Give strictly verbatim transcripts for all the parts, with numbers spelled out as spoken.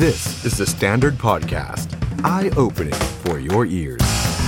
This is the Standard Podcast. Eye-opening for your ears.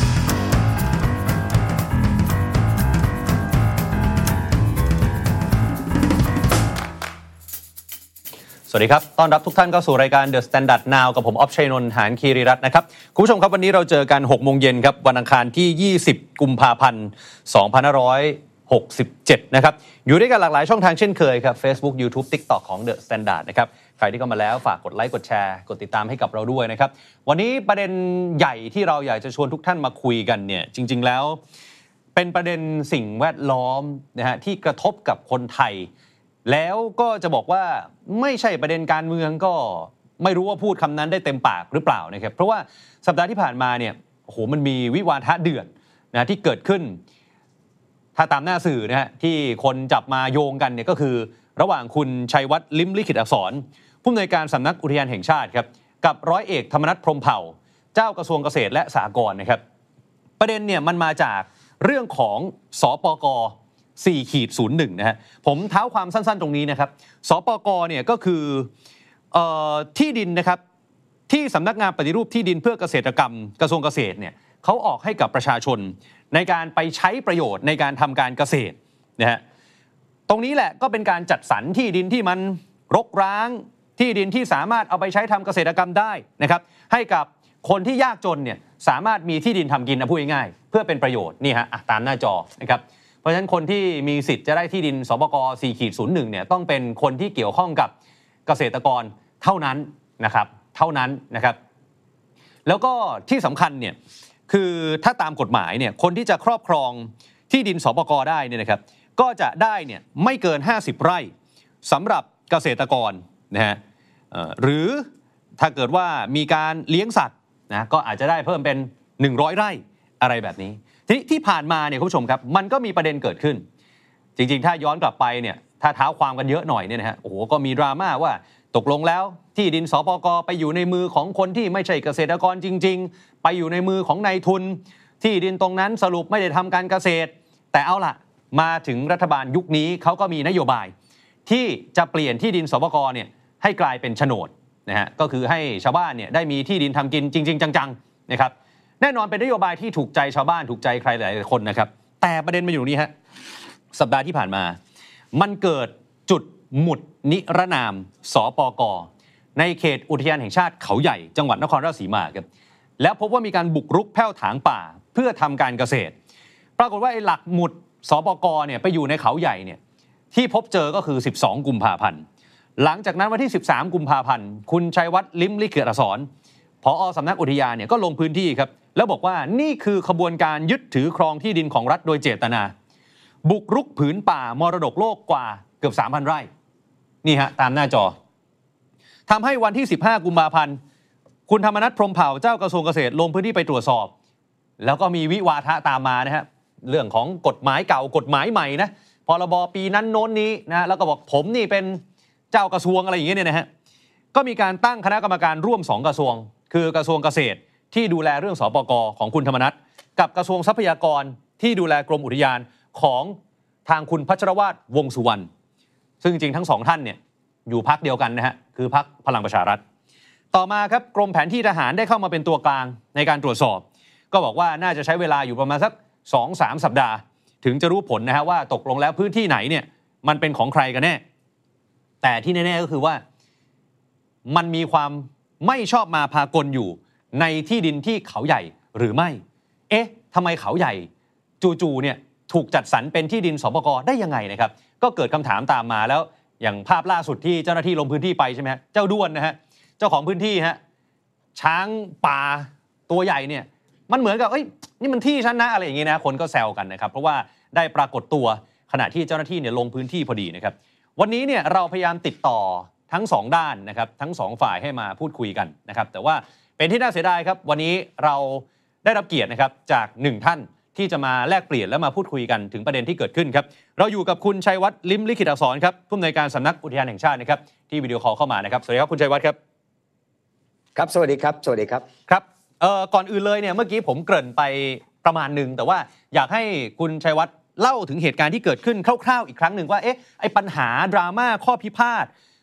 สวัสดีครับต้อนรับทุกท่านเข้าสู่รายการ The Standard Now กับผมอ๊อฟชัยนนท์ หานคีรีรัตน์นะครับคุณผู้ชมครับวันนี้เราเจอกัน หกโมงเย็นครับวันอังคารที่ยี่สิบกุมภาพันธ์สองพันห้าร้อยหกสิบเจ็ดนะครับอยู่ด้วยกันหลากหลายช่องทางเช่นเคยครับ Facebook YouTube TikTok ของ The Standard นะครับใครที่เข้ามาแล้วฝากกดไลค์กดแชร์กดติดตามให้กับเราด้วยนะครับวันนี้ประเด็นใหญ่ที่เราอยากจะชวนทุกท่านมาคุยกันเนี่ยจริงๆแล้วเป็นประเด็นสิ่งแวดล้อมนะฮะที่กระทบกับคนไทยแล้วก็จะบอกว่าไม่ใช่ประเด็นการเมืองก็ไม่รู้ว่าพูดคำนั้นได้เต็มปากหรือเปล่านะครับเพราะว่าสัปดาห์ที่ผ่านมาเนี่ยโอ้โหมันมีวิวาทะเดือดนะที่เกิดขึ้นถ้าตามหน้าสื่อนะฮะที่คนจับมาโยงกันเนี่ยก็คือระหว่างคุณชัยวัฒน์ลิ้มลิขิตอักษรผู้อำนวยการสำนักอุทยานแห่งชาติครับกับร้อยเอกธรรมนัสพรหมเผ่าเจ้ากระทรวงเกษตรและสหกรณ์นะครับประเด็นเนี่ยมันมาจากเรื่องของสปกสี่ศูนย์หนึ่ง นะฮะผมเท้าความสั้นๆตรงนี้นะครับสปกเนี่ยก็คือเอ่อที่ดินนะครับที่สำนักงานปฏิรูปที่ดินเพื่อเกษตรกรรมกระทรวงเกษตรเนี่ยเขาออกให้กับประชาชนในการไปใช้ประโยชน์ในการทำการเกษตรนะฮะตรงนี้แหละก็เป็นการจัดสรรที่ดินที่มันรกร้างที่ดินที่สามารถเอาไปใช้ทำเกษตรกรรมได้นะครับให้กับคนที่ยากจนเนี่ยสามารถมีที่ดินทำกินนะพูดง่ายๆเพื่อเป็นประโยชน์นี่ฮะตามหน้าจอนะครับเพราะฉะนั้นคนที่มีสิทธิ์จะได้ที่ดินสปก สี่ศูนย์หนึ่ง เนี่ยต้องเป็นคนที่เกี่ยวข้องกับเกษตรกรเท่านั้นนะครับเท่านั้นนะครับแล้วก็ที่สำคัญเนี่ยคือถ้าตามกฎหมายเนี่ยคนที่จะครอบครองที่ดินสปกได้เนี่ยนะครับก็จะได้เนี่ยไม่เกินห้าสิบไร่สำหรับเกษตรกรนะฮะหรือถ้าเกิดว่ามีการเลี้ยงสัตว์นะก็อาจจะได้เพิ่มเป็นหนึ่งร้อยไร่อะไรแบบนี้ที่ที่ผ่านมาเนี่ยคุณผู้ชมครับมันก็มีประเด็นเกิดขึ้นจริงๆถ้าย้อนกลับไปเนี่ยถ้าเท้าความกันเยอะหน่อยเนี่ยนะฮะโอ้โหก็มีดราม่าว่าตกลงแล้วที่ดินสปกไปอยู่ในมือของคนที่ไม่ใช่เกษตรกรจริงๆไปอยู่ในมือของนายทุนที่ดินตรงนั้นสรุปไม่ได้ทำการเกษตรแต่เอาล่ะมาถึงรัฐบาลยุคนี้เขาก็มีนโยบายที่จะเปลี่ยนที่ดินสปกเนี่ยให้กลายเป็นโฉนดนะฮะก็คือให้ชาวบ้านเนี่ยได้มีที่ดินทำกินจริงๆจังๆนะครับแน่นอนเป็นนโยบายที่ถูกใจชาวบ้านถูกใจใครหลายคนนะครับแต่ประเด็นมาอยู่นี้ฮะสัปดาห์ที่ผ่านมามันเกิดจุดหมุดนิรนามสปก.ในเขตอุทยานแห่งชาติเขาใหญ่จังหวัดนครราชสีมาครับแล้วพบว่ามีการบุกรุกแผ่วถางป่าเพื่อทำการเกษตรปรากฏว่าไอ้หลักหมุดสปก.เนี่ยไปอยู่ในเขาใหญ่เนี่ยที่พบเจอก็คือสิบสองกุมภาพันธ์หลังจากนั้นวันที่สิบสามกุมภาพันธ์คุณชัยวัฒน์ลิ้มลิขิตอักษรผอ.สำนักอุทยานเนี่ยก็ลงพื้นที่ครับแล้วบอกว่านี่คือขบวนการยึดถือครองที่ดินของรัฐโดยเจตนาบุกรุกผืนป่ามรดกโลกกว่าเกือบ สามพัน ไร่นี่ฮะตามหน้าจอทำให้วันที่สิบห้ากุมภาพันธ์คุณธรรมนัสพรหมเผ่าเจ้ากระทรวงเกษตรลงพื้นที่ไปตรวจสอบแล้วก็มีวิวาทะตามมานะฮะเรื่องของกฎหมายเก่ากฎหมายใหม่นะพรบปีนั้นโน้นนี้นะแล้วก็บอกผมนี่เป็นเจ้ากระทรวงอะไรอย่างเงี้ยเนี่ยนะฮะก็มีการตั้งคณะกรรมการร่วมสองกระทรวงคือกระทรวงเกษตรที่ดูแลเรื่องสปก.ของคุณธรรมนัสกับกระทรวงทรัพยากรที่ดูแลกรมอุทยานของทางคุณพัชรวาทวงษ์สุวรรณซึ่งจริงๆทั้งสองท่านเนี่ยอยู่พรรคเดียวกันนะฮะคือพรรคพลังประชารัฐต่อมาครับกรมแผนที่ทหารได้เข้ามาเป็นตัวกลางในการตรวจสอบก็บอกว่าน่าจะใช้เวลาอยู่ประมาณสัก สองถึงสาม สัปดาห์ถึงจะรู้ผลนะฮะว่าตกลงแล้วพื้นที่ไหนเนี่ยมันเป็นของใครกันแน่แต่ที่แน่ๆก็คือว่ามันมีความไม่ชอบมาพากลอยู่ในที่ดินที่เขาใหญ่หรือไม่เอ๊ะทำไมเขาใหญ่จู่ๆเนี่ยถูกจัดสรรเป็นที่ดินสปก.ได้ยังไงนะครับก็เกิดคำถามตามมาแล้วอย่างภาพล่าสุดที่เจ้าหน้าที่ลงพื้นที่ไปใช่ไหมฮะเจ้าด้วนนะฮะเจ้าของพื้นที่ฮะช้างป่าตัวใหญ่เนี่ยมันเหมือนกับเอ้ยนี่มันที่ฉันนะอะไรอย่างงี้นะคนก็แซวกันนะครับเพราะว่าได้ปรากฏตัวขณะที่เจ้าหน้าที่เนี่ยลงพื้นที่พอดีนะครับวันนี้เนี่ยเราพยายามติดต่อทั้งสองด้านนะครับทั้งสองฝ่ายให้มาพูดคุยกันนะครับแต่ว่าเป็นที่น่าเสียดายครับวันนี้เราได้รับเกียรตินะครับจากหนึ่งท่านที่จะมาแลกเปลี่ยนและมาพูดคุยกันถึงประเด็นที่เกิดขึ้นครับเราอยู่กับคุณชัยวัฒน์ลิ้มลิขิตอักษรครับผู้อำนวยการสำนักอุทยานแห่งชาตินะครับที่วิดีโอคอลเข้ามานะครับสวัสดีครับคุณชัยวัฒน์ครับครับสวัสดีครับสวัสดีครับครับเอ่อก่อนอื่นเลยเนี่ยเมื่อกี้ผมเกริ่นไปประมาณนึงแต่ว่าอยากให้คุณชัยวัฒน์เล่าถึงเหตุการณ์ที่เกิดขึ้นคร่าวๆอีกครั้งหนึ่งว่าเอ๊ะไอ้ปัญหาดราม่าข้อพิพาท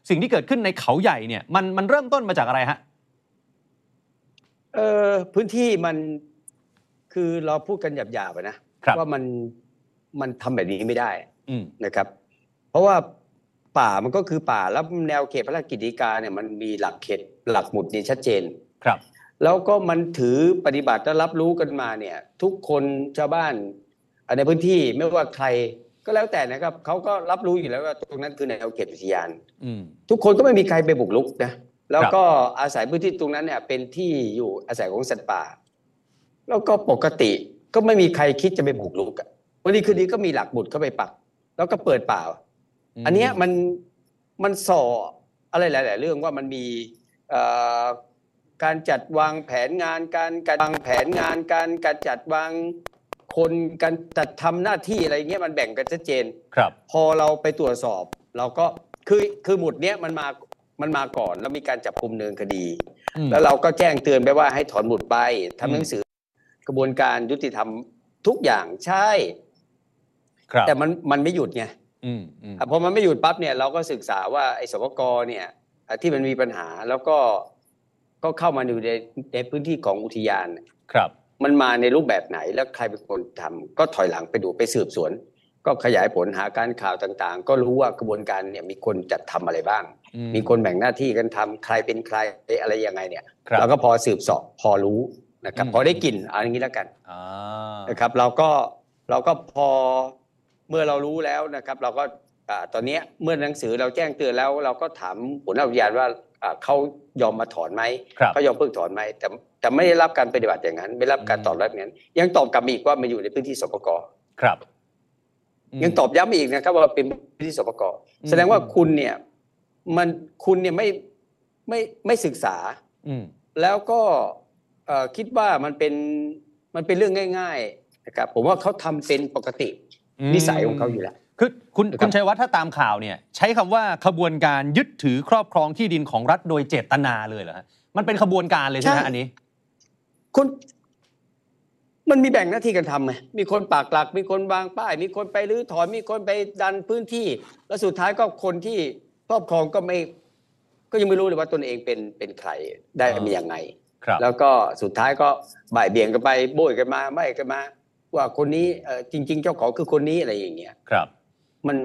สิ่งที่เกิดขึ้นในเขาใหญ่เนี่ยมันมันเริ่มต้นมาจากอะไรฮะเออพื้นที่มันคือเราพูดกันหยาบๆนะว่ามันมันทำแบบนี้ไม่ได้นะครับเพราะว่าป่ามันก็คือป่าแล้วแนวเขตพระราชกิจฎีกาเนี่ยมันมีหลักเขตหลักหมุดนี่ชัดเจนครับแล้วก็มันถือปฏิบัติและรับรู้กันมาเนี่ยทุกคนชาวบ้านในพื้นที่ไม่ว่าใครก็แล้วแต่นะครับเขาก็รับรู้อยู่แล้วว่าตรงนั้นคือแนวเขตอุทยานทุกคนก็ไม่มีใครไปบุกรุกนะแล้วก็อาศัยพื้นที่ตรงนั้นเนี่ยเป็นที่อยู่อาศัยของสัตว์ป่าแล้วก็ปกติก็ไม่มีใครคิดจะไปบุกรุกอ่ะวันนี้คืนนี้ก็มีหลักบุตรเข้าไปปักแล้วก็เปิดป่าอันนี้มันมันส่ออะไรหลายๆเรื่องว่ามันมีการจัดวางแผนงานการการวางแผนงานการการจัดวางคนการจัดทำหน้าที่อะไรเงี้ยมันแบ่งกันชัดเจนครับพอเราไปตรวจสอบเราก็คือคือหมุดเนี้ยมันมามันมาก่อนแล้วมีการจับกุมเนินคดีแล้วเราก็แจ้งเตือนไปว่าให้ถอนหมุดไปทำหนังสือกระบวนการยุติธรรมทุกอย่างใช่แต่มันมันไม่หยุดไงพอมันไม่หยุดปั๊บเนี่ยเราก็ศึกษาว่าไอ้สปก.เนี่ยที่มันมีปัญหาแล้วก็ก็เข้ามาอยู่ในในพื้นที่ของอุทยานครับมันมาในรูปแบบไหนแล้วใครเป็นคนทำก็ถอยหลังไปดูไปสืบสวนก็ขยายผลหาการข่าวต่างๆก็รู้ว่ากระบวนการเนี่ยมีคนจัดทำอะไรบ้างมีคนแบ่งหน้าที่กันทำใครเป็นใครอะไรยังไงเนี่ยเราก็พอสืบสอบพอรู้นะครับพอได้กลิ่นเอาอย่างนี้แล้วกันนะครับเราก็เราก็พอเมื่อเรารู้แล้วนะครับเราก็ตอนนี้เมื่อหนังสือเราแจ้งเตือนแล้วเราก็ถามหัวหน้าอุทยานว่าเขายอมมาถอนไหมเขายอมเพิกถอนไหมแต่แต่ไม่ได้รับการปฏิบัติอย่างนั้นไม่รับการตอบรับอย่างนั้นยังตอบกลับมาอีกว่ามันอยู่ในพื้นที่สปก. ครับยังตอบย้ำอีกนะครับว่าเป็นพื้นที่สปก.แสดงว่าคุณเนี่ยมันคุณเนี่ยไม่ไม่ไม่ศึกษาแล้วก็คิดว่ามันเป็นมันเป็นเรื่องง่ายๆนะครับผมว่าเขาทำเป็นปกตินิสัยของเขาอยู่แล้วคือคุณคุณชัยวัฒน์ถ้าตามข่าวเนี่ยใช้คำว่าขบวนการยึดถือครอบครองที่ดินของรัฐโดยเจตนาเลยเหรอฮะมันเป็นขบวนการเลยใช่ไหมอันนี้คุณมันมีแบ่งหน้าที่กันทำไงมีคนปากหลักมีคนวางป้ายมีคนไปรื้อถอนมีคนไปดันพื้นที่แล้วสุดท้ายก็คนที่ครอบครองก็ไม่ก็ยังไม่รู้เลยว่าตนเองเป็นเป็นใครได้มียังไงแล้วก็สุดท้ายก็บ่ายเบี่ยงกันไปโบยกันมาไม่กันมาว่าคนนี้จริงๆเจ้าของคือคนนี้อะไรอย่างเงี้ยครับมัน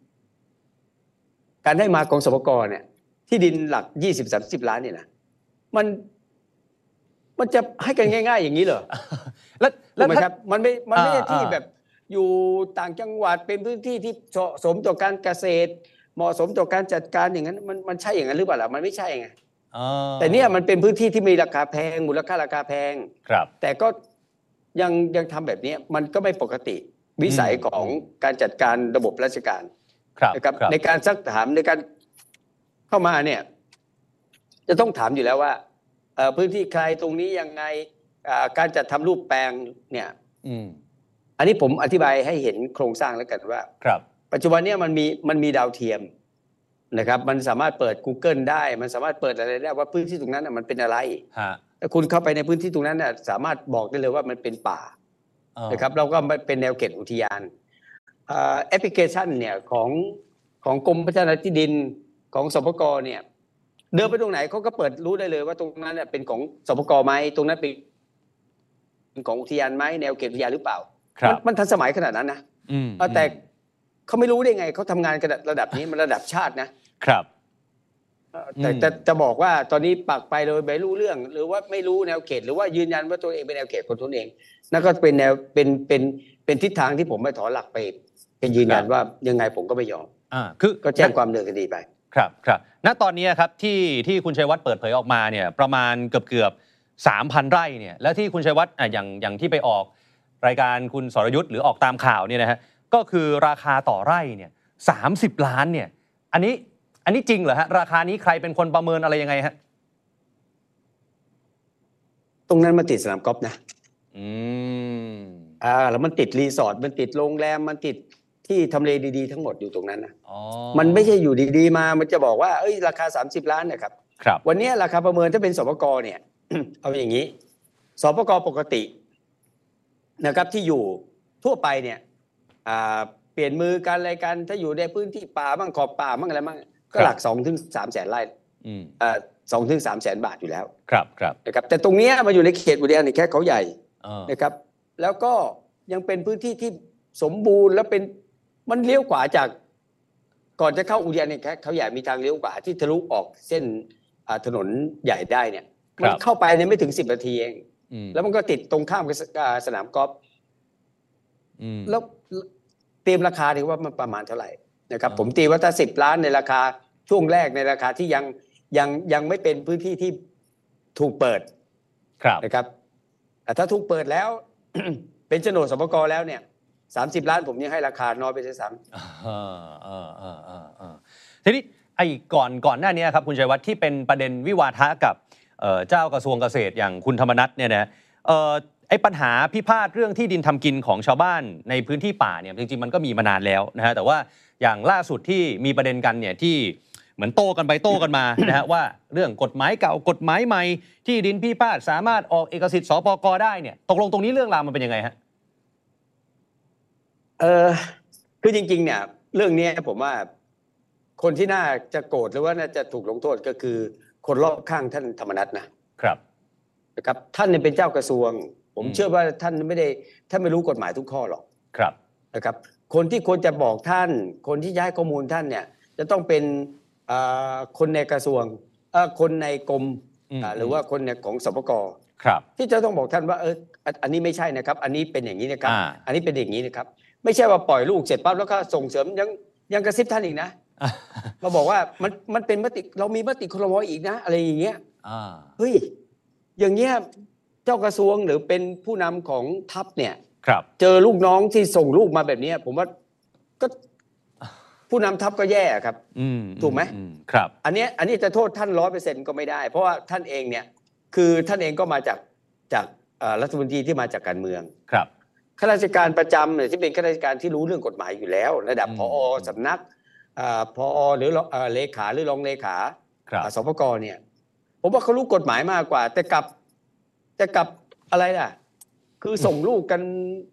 การได้มาของสปก.เนี่ยที่ดินหลัก ยี่สิบถึงสามสิบ ล้านนี่นะมันมันจะให้กันง่ายๆอย่างนี้เหรอแล้วแล้วครับมันไม่มันไม่ใช่ที่แบบอยู่ต่างจังหวัดเป็นพื้นที่ที่เหมาะสมต่อการเกษตรเหมาะสมต่อการจัดการอย่างนั้นมันมันใช่อย่างนั้นหรือเปล่าล่ะมันไม่ใช่ไงแต่เนี่ยมันเป็นพื้นที่ที่มีราคาแพงมูลค่าราคาแพงครับแต่ก็ยังยังทำแบบนี้มันก็ไม่ปกติวิสัยของการจัดการระบบราชการนะครับในการซักถามในการเข้ามาเนี่ยจะต้องถามอยู่แล้วว่าพื้นที่ใครตรงนี้ยังไงการจัดทำรูปแปลงเนี่ยอันนี้ผมอธิบายให้เห็นโครงสร้างแล้วกันว่าปัจจุบันนี้มันมีมันมีดาวเทียมนะครับมันสามารถเปิด Google ได้มันสามารถเปิดอะไรได้ว่าพื้นที่ตรงนั้นมันเป็นอะไรถ้าคุณเข้าไปในพื้นที่ตรงนั้นน่ะสามารถบอกได้เลยว่ามันเป็นป่านะครับแล้วก็เป็นแนวเขตอุทยานแอปพลิเคชันเนี่ยของของกรมพัฒนาที่ดินของสปก.เนี่ยเดินไปตรงไหนเขาก็เปิดรู้ได้เลยว่าตรงนั้นเป็นของสปก.ไหมตรงนั้นเป็นของอุทยานไหมแนวเขตอุทยานหรือเปล่ามันทันสมัยขนาดนั้นนะแต่เขาไม่รู้ได้ไงเขาทำงานกันระดับนี้มันระดับชาตินะครับแต่จะจะบอกว่าตอนนี้ปักไปโดยไม่รู้เรื่องหรือว่าไม่รู้แนวเขตหรือว่ายืนยันว่าตัวเองเป็นแนวเขตของตนเองนั่นก็เป็นแนวเป็นเป็นเป็นทิศทางที่ผมไม่ถอนหลักไปเป็นยืนยันว่ายังไงผมก็ไม่ยอมอ่าคือก็แจ้งความดำเนินคดีไปครับครับณตอนนี้ครับที่ที่คุณชัยวัฒน์เปิดเผยออกมาเนี่ยประมาณเกือบเกือบสามพันไร่เนี่ยแล้วที่คุณชัยวัฒน์อ่ะอย่างอย่างที่ไปออกรายการคุณสรยุทธ์หรือออกตามข่าวเนี่ยนะฮะก็คือราคาต่อไร่เนี่ยสามสิบล้านเนี่ยอันนี้อันนี้จริงเหรอฮะราคานี้ใครเป็นคนประเมินอะไรยังไงฮะตรงนั้นมันติดสนามกอล์ฟนะอืมอ่าแล้วมันติดรีสอร์ทมันติดโรงแรมมันติดที่ทำเลดีๆทั้งหมดอยู่ตรงนั้นนะมันไม่ใช่อยู่ดีๆมามันจะบอกว่าเอ้ยราคาสามสิบล้านนะครับวันนี้ราคาประเมินถ้าเป็นสปก.เนี่ย เอาอย่างนี้สปก.ปกตินะครับที่อยู่ทั่วไปเนี่ยอ่าเปลี่ยนมือกันอะไรกันถ้าอยู่ในพื้นที่ป่าบ้างขอบป่าบ้างอะไรบ้างก็ก็หลักสองถึงสามแสนไร่อ่าสองถึงสามแสนบาทอยู่แล้วครับครับนะครับแต่ตรงนี้มาอยู่ในเขตอุทยานแห่งชาติเขาใหญ่นะครับแล้วก็ยังเป็นพื้นที่ที่สมบูรณ์และเป็นมันเลี้ยวขวาจากก่อนจะเข้าอุทยานแห่งชาติเขาใหญ่มีทางเลี้ยวขวาที่ทะลุออกเส้นถนนใหญ่ได้เนี่ยมันเข้าไปในไม่ถึงสิบนาทีเองแล้วมันก็ติดตรงข้ามกับสนามกอล์ฟแล้วเตรียมราคาดีว่ามันประมาณเท่าไหร่นะครับผมตีว่าถ้าสิบล้านในราคาช่วงแรกในราคาที่ยังยังยังไม่เป็นพื้นที่ที่ถูกเปิดนะครับแต่ถ้าถูกเปิดแล้ว เป็นโฉนดสปก.แล้วเนี่ยสามสิบล้านผมยังให้ราคาน้อยไปซะซ้ำทีนี้ไอ้ก่อนก่อนหน้านี้ครับคุณชัยวัฒน์ที่เป็นประเด็นวิวาทะกับเจ้ากระทรวงเกษตรอย่างคุณธรรมนัสเนี่ยนะไอ้ปัญหาพิพาทเรื่องที่ดินทำกินของชาวบ้านในพื้นที่ป่าเนี่ยจริงๆมันก็มีมานานแล้วนะฮะแต่ว่าอย่างล่าสุดที่มีประเด็นกันเนี่ยที่เหมือนโต้กันไปโต้กันมา นะฮะว่าเรื่องกฎหมายเก่ากฎหมายใหม่ที่ดินพิพาทสามารถออกเอกสิทธิ์สปก.ได้เนี่ยตกลงตรงนี้เรื่องราวมันเป็นยังไงฮะเออคือจริงๆเนี่ยเรื่องนี้ผมว่าคนที่น่าจะโกรธหรือว่าน่าจะถูกลงโทษก็คือคนรอบข้างท่านธรรมนัสนะครับนะครับท่านเนี่ยเป็นเจ้ากระทรวงผมเชื่อว่าท่านไม่ได้ท่านไม่รู้กฎหมายทุกข้อหรอกครับนะครับคนที่ควรจะบอกท่านคนที่ย้ายข้อมูลท่านเนี่ยจะต้องเป็นคนในกระทรวงคนในกรมหรือว่าคนในของสปก. ครับที่จะต้องบอกท่านว่าเอออันนี้ไม่ใช่นะครับอันนี้เป็นอย่างนี้นะครับอันนี้เป็นอย่างนี้นะครับไม่ใช่ว่าปล่อยลูกเสร็จปั๊บแล้วก็ส่งเสริมยังยังกระซิบท่านอีกนะมาบอกว่ามันมันเป็นมติเรามีมติครม.อีกนะอะไรอย่างเงี้ยเฮ้ยอย่างเงี้ยเจ้ากระทรวงหรือเป็นผู้นำของทัพเนี่ยเจอลูกน้องที่ส่งลูกมาแบบนี้ผมว่าก็ผู้นำทัพก็แย่ครับถูกไหมครับอันนี้อันนี้จะโทษท่านร้อยเปอร์เซ็นต์ก็ไม่ได้เพราะว่าท่านเองเนี่ยคือท่านเองก็มาจากจากรัฐมนตรีที่มาจากการเมืองครับข้าราชการประจำเนี่ยที่เป็นข้าราชการที่รู้เรื่องกฎหมายอยู่แล้วระดับผอ.สำนักผอ.หรือเลขาหรือรองเลขาสปก.เนี่ยผมว่าเขารู้กฎหมายมากกว่าแต่กับแต่กับอะไรล่ะคือส่งลูกกัน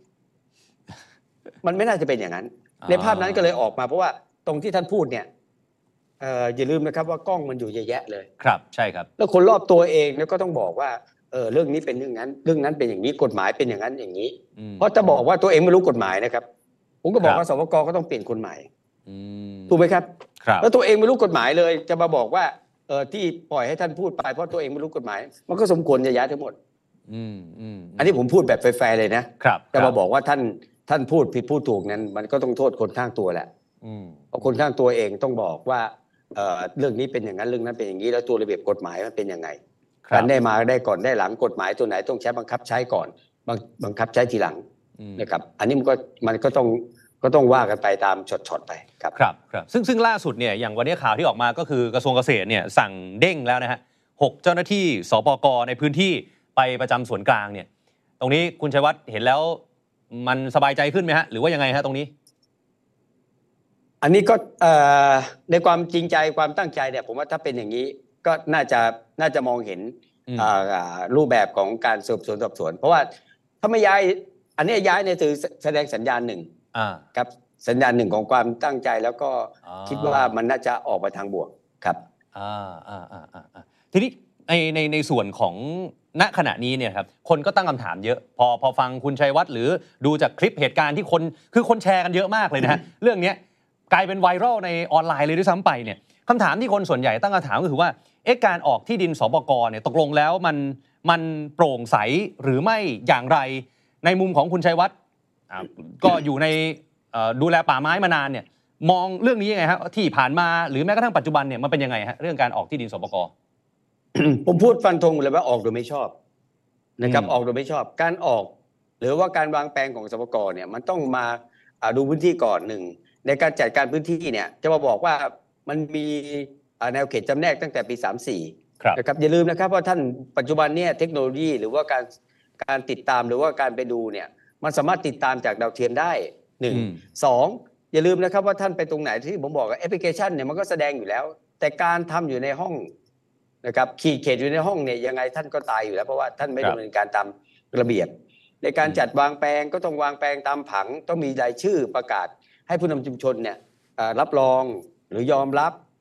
มันไม่น่าจะเป็นอย่างนั้นในภาพนั้นก็เลยออกมาเพราะว่าตรงที่ท่านพูดเนี่ยอย่าลืมนะครับว่ากล้องมันอยู่เยอะแยะเลยครับใช่ครับแล้วคนรอบตัวเองเนี่ยก็ต้องบอกว่าเออเรื่องนี้เป็นเรื่องนั้นเรื่องนั้นเป็นอย่างนี้กฎหมายเป็นอย่างนั้นอย่างนี้เพราะจะบอกว่าตัวเองไม่รู้กฎหมายนะครับผมก็บอกว่าสปก.ก็ต้องเปลี่ยนคนใหม่ถูกไหมครับแล้วตัวเองไม่รู้กฎหมายเลยจะมาบอกว่าเออที่ปล่อยให้ท่านพูดไปเพราะตัวเองไม่รู้กฎหมายมันก็สมควรจะย้ายทั้งหมดอันนี้ผมพูดแบบแฟร์เลยนะจะมาบอกว่าท่านท่านพูดผิดพูดถูกนั้นมันก็ต้องโทษคนข้างตัวแหละเพราะคนข้างตัวเองต้องบอกว่าเอ่อเรื่องนี้เป็นอย่างนั้นเรื่องนั้นเป็นอย่างนี้แล้วตัวระเบียบกฎหมายมันเป็นยังไงการได้มาได้ก่อนได้หลังกฎหมายตัวไหนต้องใช้บังคับใช้ก่อนบังคับใช้ทีหลังนะครับอันนี้มันก็มันก็ต้องก็ต้องว่ากันไปตามช็อตๆไปครับครับครับซึ่งซึ่งล่าสุดเนี่ยอย่างวันนี้ข่าวที่ออกมาก็คือกระทรวงเกษตรเนี่ยสั่งเด้งแล้วนะฮะหกเจ้าหน้าที่สปก.ในพื้นที่ไปประจำส่วนกลางเนี่ยตรงนี้คุณชัยวัฒน์เห็นแล้วมันสบายใจขึ้นไหมฮะหรือว่ายังไงฮะตรงนี้อันนี้ก็ในความจริงใจความตั้งใจเนี่ยผมว่าถ้าเป็นอย่างนี้ก็น่าจะน่าจะมองเห็นรูปแบบของการสืบสวนสอบสวนเพราะว่าถ้าไม่ย้ายอันนี้ย้ายเนี่ยถือแสดงสัญญาณหนึ่งครับสัญญาณหนึ่งของความตั้งใจแล้วก็คิดว่ามันน่าจะออกไปทางบวกครับทีนี้ในในในส่วนของณขณะนี้เนี่ยครับคนก็ตั้งคำถามเยอะพอพอฟังคุณชัยวัฒน์หรือดูจากคลิปเหตุการณ์ที่คนคือคนแชร์กันเยอะมากเลยนะฮะเรื่องนี้กลายเป็นไวรัลในออนไลน์เลยด้วยซ้ำไปเนี่ยคำถามที่คนส่วนใหญ่ตั้งคำถามก็คือว่าเอ๊ะการออกที่ดินสปก.เนี่ยตกลงแล้วมันมันโปร่งใสหรือไม่อย่างไรในมุมของคุณชัยวัฒน์ก็อยู่ในดูแลป่าไม้มานานเนี่ยมองเรื่องนี้ยังไงครับที่ผ่านมาหรือแม้กระทั่งปัจจุบันเนี่ยมันเป็นยังไงฮะเรื่องการออกที่ดินสปก. ผมพูดฟันธงเลยว่าออกโดยไม่ชอบนะครับออกโดยไม่ชอบการออกหรือว่าการวางแปลงของสปก.เนี่ยมันต้องมาดูพื้นที่ก่อนหนึ่งในการจัดการพื้นที่เนี่ยจะมาบอกว่ามันมีแนวเขตจำแนกตั้งแต่ปีสามสิบสี่นะครับอย่าลืมนะครับว่าท่านปัจจุบันเนี่ยเทคโนโลยีหรือว่าการการติดตามหรือว่าการไปดูเนี่ยมันสามารถติดตามจากดาวเทียมได้หนึ่ง สองอย่าลืมนะครับว่าท่านไปตรงไหนที่ผมบอกว่าแอปพลิเคชันเนี่ยมันก็แสดงอยู่แล้วแต่การทำอยู่ในห้องนะครับขีดเขตอยู่ในห้องเนี่ยยังไงท่านก็ตายอยู่แล้วเพราะว่าท่านไม่ดำเนินการตามระเบียบในการจัดวางแปลงก็ต้องวางแปลงตามผังต้องมีรายชื่อประกาศให้ผู้นำชุมชนเนี่ยรับรองหรือยอมรับ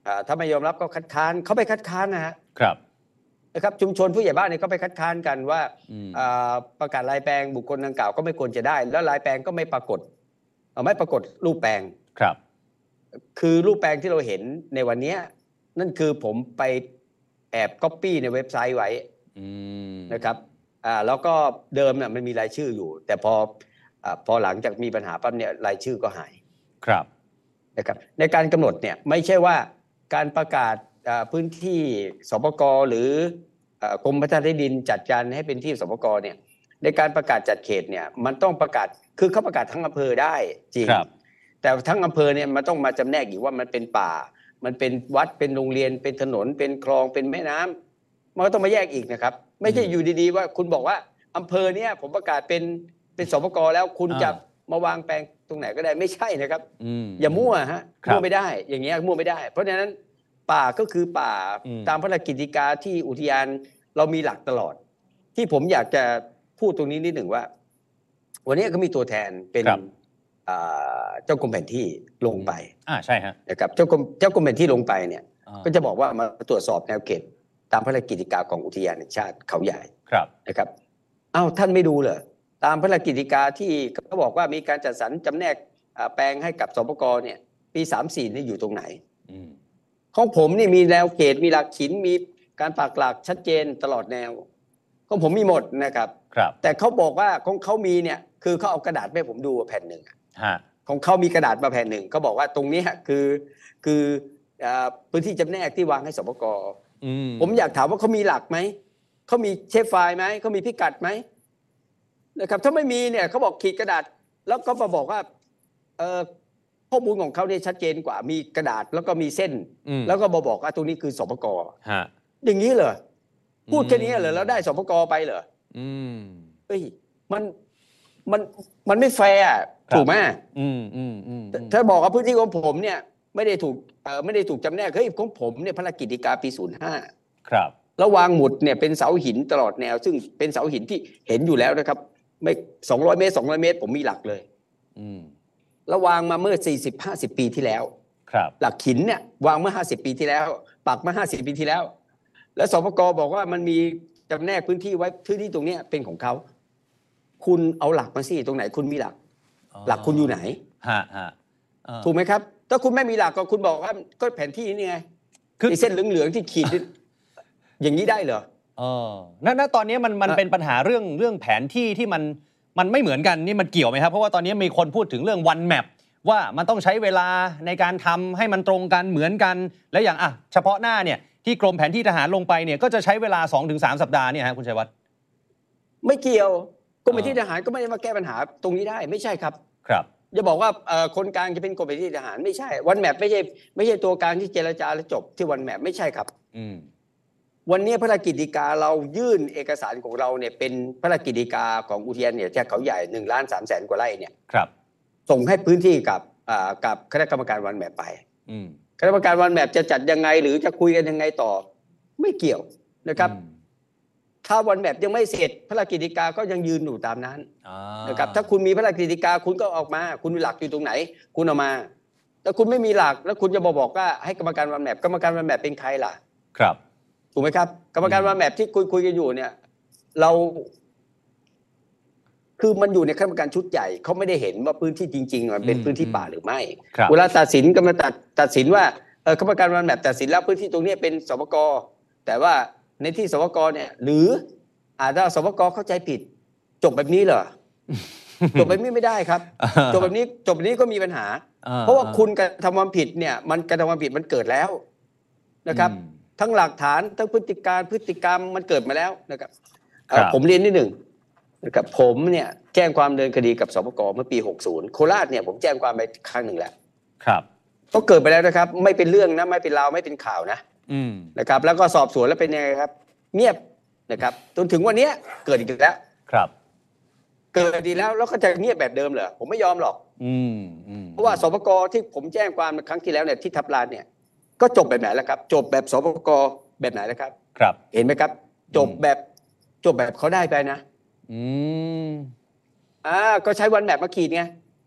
ถ้าไม่ยอมรับก็คัดค้านเขาไปคัดค้านนะฮะครับนะครับชุมชนผู้ใหญ่บ้านเนี่ยก็ไปคัดค้านกันว่าประกาศลายแปลงบุคคลดังกล่าวก็ไม่ควรจะได้แล้วลายแปลงก็ไม่ปรากฏไม่ปรากฏรูปแปลงครับคือรูปแปลงที่เราเห็นในวันนี้นั่นคือผมไปแอบก๊อปปี้ในเว็บไซต์ไว้นะครับอ่าแล้วก็เดิมเนี่ยมันมีรายชื่ออยู่แต่พออ่าพอหลังจากมีปัญหาปั๊บเนี่ยรายชื่อก็หายครับนะครับในการกำหนดเนี่ยไม่ใช่ว่าการประกาศพื้นที่สปก.หรือกรมพัฒนาที่ดินจัดการให้เป็นที่สปก.เนี่ยในการประกาศจัดเขตเนี่ยมันต้องประกาศคือเขาประกาศทั้งอำเภอได้จริงแต่ทั้งอำเภอเนี่ยมันต้องมาจำแนกอีกว่ามันเป็นป่ามันเป็นวัดเป็นโรงเรียนเป็นถนนเป็นคลองเป็นแม่น้ำมันก็ต้องมาแยกอีกนะครับไม่ใช่อยู่ดีๆว่าคุณบอกว่าอำเภอเนี่ยผมประกาศเป็นเป็นสปก.แล้วคุณจะมาวางแปลงตรงไหนก็ได้ไม่ใช่นะครับอย่ามั่วฮะมั่วไม่ได้อย่างเงี้ยมั่วไม่ได้เพราะฉะนั้นป่าก็คือป่าตามพระราชกฤษฎีกาที่อุทยานเรามีหลักตลอดที่ผมอยากจะพูดตรงนี้นิดหนึ่งว่าวันนี้ก็มีตัวแทนเป็นเจ้ากรมแผนที่ลงไปอ่าใช่ฮะนะครับเจ้ากรมเจ้ากรมแผนที่ลงไปเนี่ยก็จะบอกว่ามาตรวจสอบแนวเขตตามพระราชกฤษฎีกาของอุทยานแห่งชาติเขาใหญ่นะครับเอ้าท่านไม่ดูเหรอตามพระราชกฤษฎีกาที่เขาบอกว่ามีการจัดสรรจำแนกแปลงให้กับสปก.เนี่ยปีสามสี่นี่อยู่ตรงไหนของผมนี่มีแนวเขตมีหลักหินมีการปักหลักชัดเจนตลอดแนวของผมมีหมดนะครับแต่เขาบอกว่าของเขามีเนี่ยคือเขาเอากระดาษให้ผมดูแผ่นหนึ่งของเขามีกระดาษมาแผ่นหนึ่งเขาบอกว่าตรงนี้คือคือพื้นที่จำแนกที่วางให้สปก.ผมอยากถามว่าเขามีหลักไหมเขามีเชฟไฟล์ไหมเขามีพิกัดไหมนะครับถ้าไม่มีเนี่ยเขาบอกขีดกระดาษแล้วก็มาบอกว่าเอ่อข้อมูลของเขาเนี่ยชัดเจนกว่ามีกระดาษแล้วก็มีเส้นแล้วก็มาบอกว่าตรงนี้คือสปก.อย่างนี้เหรอพูดแค่นี้เหรอแล้วได้สปก.ไปเหรอเฮ้ยมันมันมันไม่แฟร์ถูกไหมถ้าบอกว่าพื้นที่ของผมเนี่ยไม่ได้ถูกเอ่อไม่ได้ถูกจำแนกเฮ้ยของผมเนี่ยพระราชกฤษฎีกาปีศูนย์ห้าครับแล้ววางหมุดเนี่ยเป็นเสาหินตลอดแนวซึ่งเป็นเสาหินที่เห็นอยู่แล้วนะครับไม่สองร้อยเมตรสองร้อยเมตรผมมีหลักเลยแล้ววางมาเมื่อสี่สิบ ห้าสิบปีที่แล้วครับหลักหินเนี่ยวางเมื่อห้าสิบปีที่แล้วปักมาห้าสิบปีที่แล้วแล้วสปก.บอกว่ามันมีจำแนกพื้นที่ไว้พื้นที่ตรงนี้เป็นของเขาคุณเอาหลักมาสิตรงไหนคุณมีหลักหลักคุณอยู่ไหนฮะฮะถูกไหมครับถ้าคุณไม่มีหลักก็คุณบอกว่าก็แผนที่นี่ไงคือเส้นเหลืองๆที่ขีดอย่างนี้ได้เหรอเออณตอนนี้มันมันเป็นปัญหาเรื่องเรื่องแผนที่ที่มันมันไม่เหมือนกันนี่มันเกี่ยวไหมครับเพราะว่าตอนนี้มีคนพูดถึงเรื่อง one map ว่ามันต้องใช้เวลาในการทำให้มันตรงกันเหมือนกันแล้วอย่างอ่ะเฉพาะหน้าเนี่ยที่กรมแผนที่ทหารลงไปเนี่ยก็จะใช้เวลา สองถึงสาม สัปดาห์เนี่ยฮะคุณชัยวัฒน์ไม่เกี่ยวกรมแผนที่ทหารก็ไม่ได้มาแก้ปัญหาตรงนี้ได้ไม่ใช่ครับครับอย่าบอกว่าคนกลางจะเป็นกรมแผนที่ทหารไม่ใช่วันแมปไม่ใช่ไม่ใช่ตัวกลางที่เจรจาแล้วจบที่วันแมปไม่ใช่ครับวันนี้พระราชกฤษฎีกาเรายื่นเอกสารของเราเนี่ยเป็นพระราชกฤษฎีกาของอุทยานเนี่ยแค่เขาใหญ่หนึ่งล้านสามแสนกว่าไร่เนี่ยครับส่งให้พื้นที่กับกับคณะกรรมการวันแมปไปคณะกรรมการวันแมปจะจัดยังไงหรือจะคุยกันยังไงต่อไม่เกี่ยวนะครับถ้าวันแมปยังไม่เสร็จพระราชกฤษฎีกาก็ยังยืนอยู่ตามนั้นนะครับถ้าคุณมีพระราชกฤษฎีกาคุณก็ออกมาคุณมีหลักอยู่ตรงไหนคุณเอามาถ้าคุณไม่มีหลักแล้วคุณจะบอกบอกว่าให้กรรมการวันแมปกรรมการวันแมปเป็นใครล่ะครับถูกไหมครับกรรมการวันแมปที่คุยคุยกันอยู่เนี่ยเราคือมันอยู่ในคณะกรรมการชุดใหญ่เขาไม่ได้เห็นว่าพื้นที่จริงๆมันเป็นพื้นที่ป่าหรือไม่เวลาตัดสินก็มาตัดตัดสินว่าเออกรรมการวันแมปตัดสินแล้วพื้นที่ตรงนี้เป็นสปก.แต่ว่าในที่สปก.เนี่ยหรืออาจจะสปก.เข้าใจผิดจบแบบนี้เหรอจบแบบนี้ไม่ได้ครับจบแบบนี้จบแบบนี้ก็มีปัญหาเพราะว่าคุณกระทำความผิดเนี่ยมันกระทำความผิดมันเกิดแล้วนะครับทั้งหลักฐานทั้งพฤติการพฤติกรรมมันเกิดมาแล้วนะครับผมเรียนนิดหนึ่งนะครับผมเนี่ยแจ้งความดำเนินคดีกับสปก.เมื่อปีหกสิบโคราชเนี่ยผมแจ้งความไปครั้งหนึ่งแล้วครับก็เกิดไปแล้วนะครับไม่เป็นเรื่องนะไม่เป็นราวไม่เป็นข่าวนะนะครับแล้วก็สอบสวนแล้วเป็นยังไงครับเงียบนะครับจนถึงวันนี้เกิดอีกแล้วครับเกิดดีแล้วแล้วก็จะเงียบแบบเดิมเหรอผมไม่ยอมหรอกเพราะว่าสปก.ที่ผมแจ้งความครั้งที่แล้วเนี่ยที่ทับลานเนี่ยก็จบแบบไหนแล้วครับจบแบบสปก.แบบไหนแล้วครับครับเห็นไหมครับจบแบบจบแบบเขาได้ไปนะอืมอ่าก็ใช้วันแบบมาขีดไง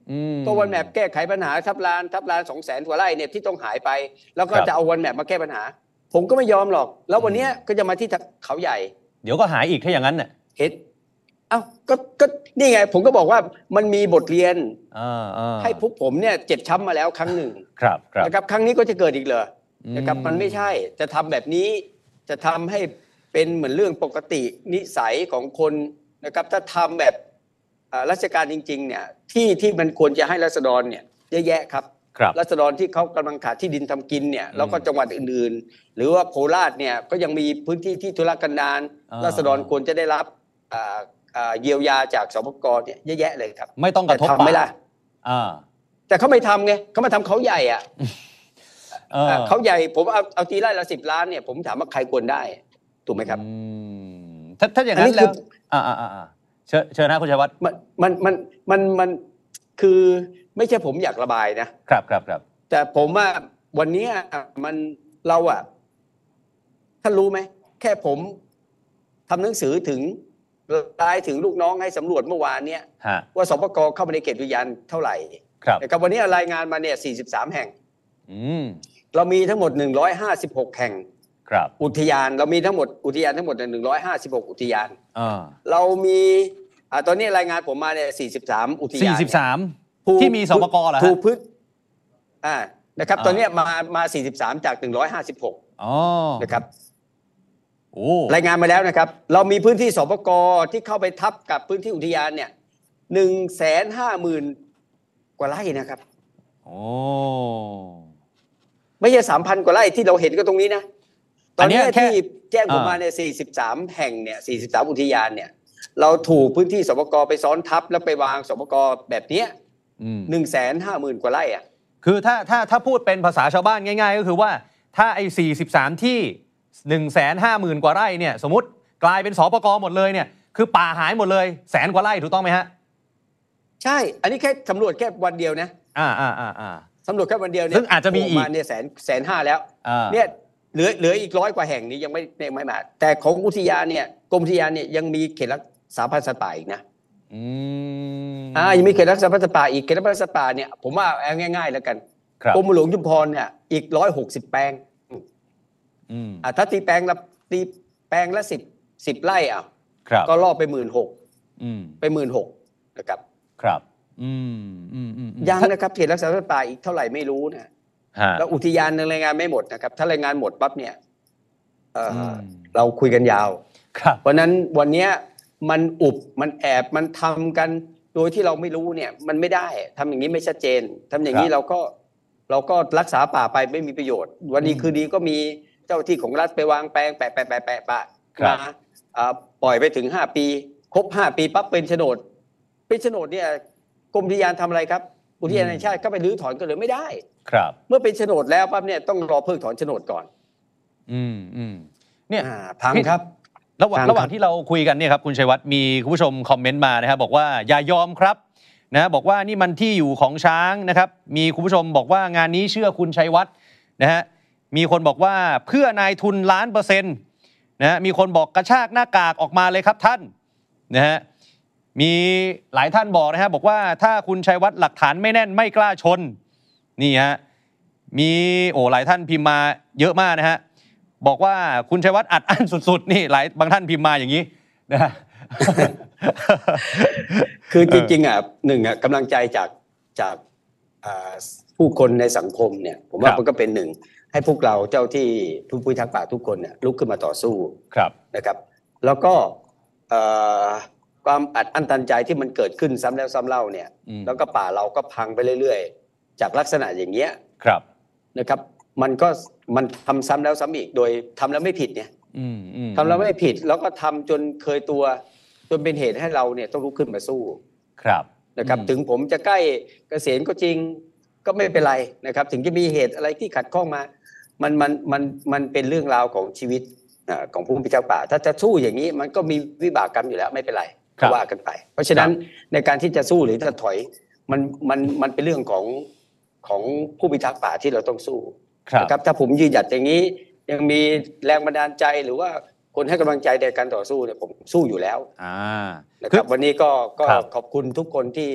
ก็วันแมปแก้ไขปัญหาทับลานทับลานสองแสนกว่าไร่เนี่ยที่ต้องหายไปแล้วก็จะเอาวันแมปมาแก้ปัญหาผมก็ไม่ยอมหรอกแล้ววันนี้ก็จะมาที่เขาใหญ่เดี๋ยวก็หายอีกถ้าอย่างนั้นเนี่ยเห็นเอ้าก็ก็นี่ไงผมก็บอกว่ามันมีบทเรียนให้พวกผมเนี่ยเจ็บช้ำมาแล้วครั้งหนึ่งครับนะครับครั้งนี้ก็จะเกิดอีกเหรอนะครับมันไม่ใช่จะทำแบบนี้จะทำให้เป็นเหมือนเรื่องปกตินิสัยของคนนะครับถ้าทำแบบราชการจริงๆเนี่ยที่ที่มันควรจะให้ราษฎรเนี่ยเยอะแยะครับราษฎรที่เขากำลังขาดที่ดินทำกินเนี่ยแล้วก็จังหวัดอื่นๆหรือว่าโคราชเนี่ยก็ยังมีพื้นที่ที่ทุรกันดารราษฎรควรจะได้รับเยียวยาจากสปก.เนี่ยเยอะแยะเลยครับไม่ต้องกระทบป่าไม่ล่ะแต่เขาไม่ทำไงเขามาทำเขาใหญ่อ่ะเขาใหญ่ผมเอาเอาตีไร่ละสิบล้านเนี่ยผมถามว่าใครควรได้ถูกไหมครับถ้าถ้าอย่างนั้นแล้วอ่าอ่าอ่าเชิญเชิญนะคุณชัยวัฒน์มันมันมันมันมันคือไม่ใช่ผมอยากระบายนะครับครับครับแต่ผมว่าวันนี้มันเราอ่ะท่านรู้ไหมแค่ผมทำหนังสือถึงรายถึงลูกน้องให้สำรวจเมื่อวานเนี้ยว่าสปก.เข้ามาในเขตอุทยานเท่าไหร่นะครับวันนี้รายงานมาเนี่ยสี่สิบสามแห่งเรามีทั้งหมดหนึ่งร้อยห้าสิบหกแห่งอุทยานเรามีทั้งหมดอุทยานทั้งหมดหนึ่งร้อยห้าสิบหกอุทยานเรามีอ่าตอนนี้รายงานผมมาเนี่ยสี่สิบสามอุทยานสี่สิบสามที่มีสปก.เหรอฮะถูกพื้นอ่านะครับตอนนี้มามาสี่สิบสามจากหนึ่งร้อยห้าสิบหกอ๋อนะครับรายงานมาแล้วนะครับเรามีพื้นที่สปก.ที่เข้าไปทับกับพื้นที่อุทยานเนี่ยหนึ่งแสนห้าหมื่นกว่าไร่นะครับโอ้ไม่ใช่สามพันกว่าไร่ที่เราเห็นก็ตรงนี้นะตอนนี้ที่แจ้งผมมาเนี่ยสี่สิบสามแห่งเนี่ยสี่สิบสามอุทยานเนี่ยเราถูกพื้นที่สปก.ไปซ้อนทับแล้วไปวางสปก.แบบเนี้ยหนึ่งแสนห้าหมื่นกว่าไร่อ่ะคือถ้าถ้าถ้าพูดเป็นภาษาชาวบ้านง่ายๆก็คือว่าถ้าไอ้สี่สิบสามที่หนึ่งแสนห้าหมื่นกว่าไร่เนี่ยสมมติกลายเป็นสปก.หมดเลยเนี่ยคือป่าหายหมดเลยแสนกว่าไร่ถูกต้องไหมฮะใช่อันนี้แค่สำรวจแค่วันเดียวนะอ่าอ่าอ่าอ่าสำรวจแค่วันเดียวเนี่ยซึ่งอาจจะมีอีกเนี่ยแสนแสนห้าแล้วเนี่ยเหลือเหลืออีกร้อยกว่าแห่งนี้ยังไม่ไม่มาแต่ของอุทยานเนี่ยกรมอุทยานเนี่ยยังมีเขตรักษาพันธุ์สัตว์ป่าอีกนะอืมอ่ายังมีเขตรักษาพันธุ์สัตว์ป่าอีกเขตรักษาพันธุ์สัตว์ป่าเนี่ยผมว่าเอาง่ายๆแล้วกันกรมหลวงชุมพรเนี่ยอีกร้อยหกสิบแปลงอืมอ่าถ้าตีแปลงละตีแปลงละสิบสิบไร่อ่ะก็ล่อไปหมื่นหกไปหมื่นหกนะครับครับอืมอืมอืมยังนะครับเขตรักษาพันธุ์ป่าอีกเท่าไหร่ไม่รู้นะแล้วอุทยานรายงานไม่หมดนะครับถ้ารายงานหมดปั๊บเนี่ยเออเราคุยกันยาวเพราะนั้นวันนี้มันอุบมันแอบมันทำกันโดยที่เราไม่รู้เนี่ยมันไม่ได้ทำอย่างนี้ไม่ชัดเจนทำอย่างนี้เราก็เราก็รักษาป่าไปไม่มีประโยชน์วันนี้คือดีก็มีเจ้าที่ของรัฐไปวางแปลงแปะแปะแปะแปะปะมาปล่อยไปถึงห้าปีครบห้าปีปั๊บเป็นโฉนดเป็นโฉนดเนี่ยกรมอุทยานทำอะไรครับอุทยานแห่งชาติก็ไปรื้อถอนก็เลยไม่ได้ครับเมื่อเป็นโฉนดแล้วปั๊บเนี่ยต้องรอเพิกถอนโฉนดก่อนอืมอืมเนี่ยพังครับระหว่างระหว่างที่เราคุยกันเนี่ยครับคุณชัยวัฒน์มีคุณผู้ชมคอมเมนต์มานะครับบอกว่าอย่ายอมครับนะบอกว่านี่มันที่อยู่ของช้างนะครับมีคุณผู้ชมบอกว่างานนี้เชื่อคุณชัยวัฒน์นะฮะมีคนบอกว่าเพื่อนายทุนล้านเปอร์เซ็นต์นะฮะมีคนบอกกระชากหน้ากากออกมาเลยครับท่านนะฮะมีหลายท่านบอกนะฮะบอกว่าถ้าคุณชัยวัฒน์หลักฐานไม่แน่นไม่กล้าชนนี่ฮะมีโอ้หลายท่านพิมพ์มาเยอะมากนะฮะบอกว่าคุณชัยวัฒน์อัดอั้นสุดๆนี่หลายบางท่านพิมพ์มาอย่างนี้นะฮะคือจริงๆอ่ะหนึ่งอ่ะกำลังใจจากจากผู้คนในสังคมเนี่ยผมว่ามันก็เป็นหนึ่งให้พวกเราเจ้าที่ผู้พิทักษ์ป่าทุกคนเนี่ยลุกขึ้นมาต่อสู้นะครับแล้วก็ความอัดอั้นตันใจที่มันเกิดขึ้นซ้ำแล้วซ้ำเล่าเนี่ยแล้วก็ป่าเราก็พังไปเรื่อยๆจากลักษณะอย่างเงี้ยนะครับมันก็มันทำซ้ำแล้วซ้ำอีกโดยทำแล้วไม่ผิดเนี่ยทำแล้วไม่ผิดแล้วก็ทำจนเคยตัวจนเป็นเหตุให้เราเนี่ยต้องลุกขึ้นมาสู้นะครับถึงผมจะใกล้เกษียณก็จริงก็ไม่เป็นไรนะครับถึงจะมีเหตุอะไรที่ขัดข้องมามันมันมันมันเป็นเรื่องราวของชีวิตของผู้พิทักษ์ป่าถ้าจะสู้อย่างนี้มันก็มีวิบากกรรมอยู่แล้วไม่เป็นไรก็ว่ากันไปเพราะฉะนั้นในการที่จะสู้หรือจะถอยมันมันมันเป็นเรื่องของของผู้พิทักษ์ป่าที่เราต้องสู้นะครับถ้าผมยืนหยัดอย่างนี้ยังมีแรงบันดาลใจหรือว่าคนให้กำลังใจในการต่อสู้เนี่ยผมสู้อยู่แล้วนะครับวันนี้ก็ก็ขอบคุณทุกคนที่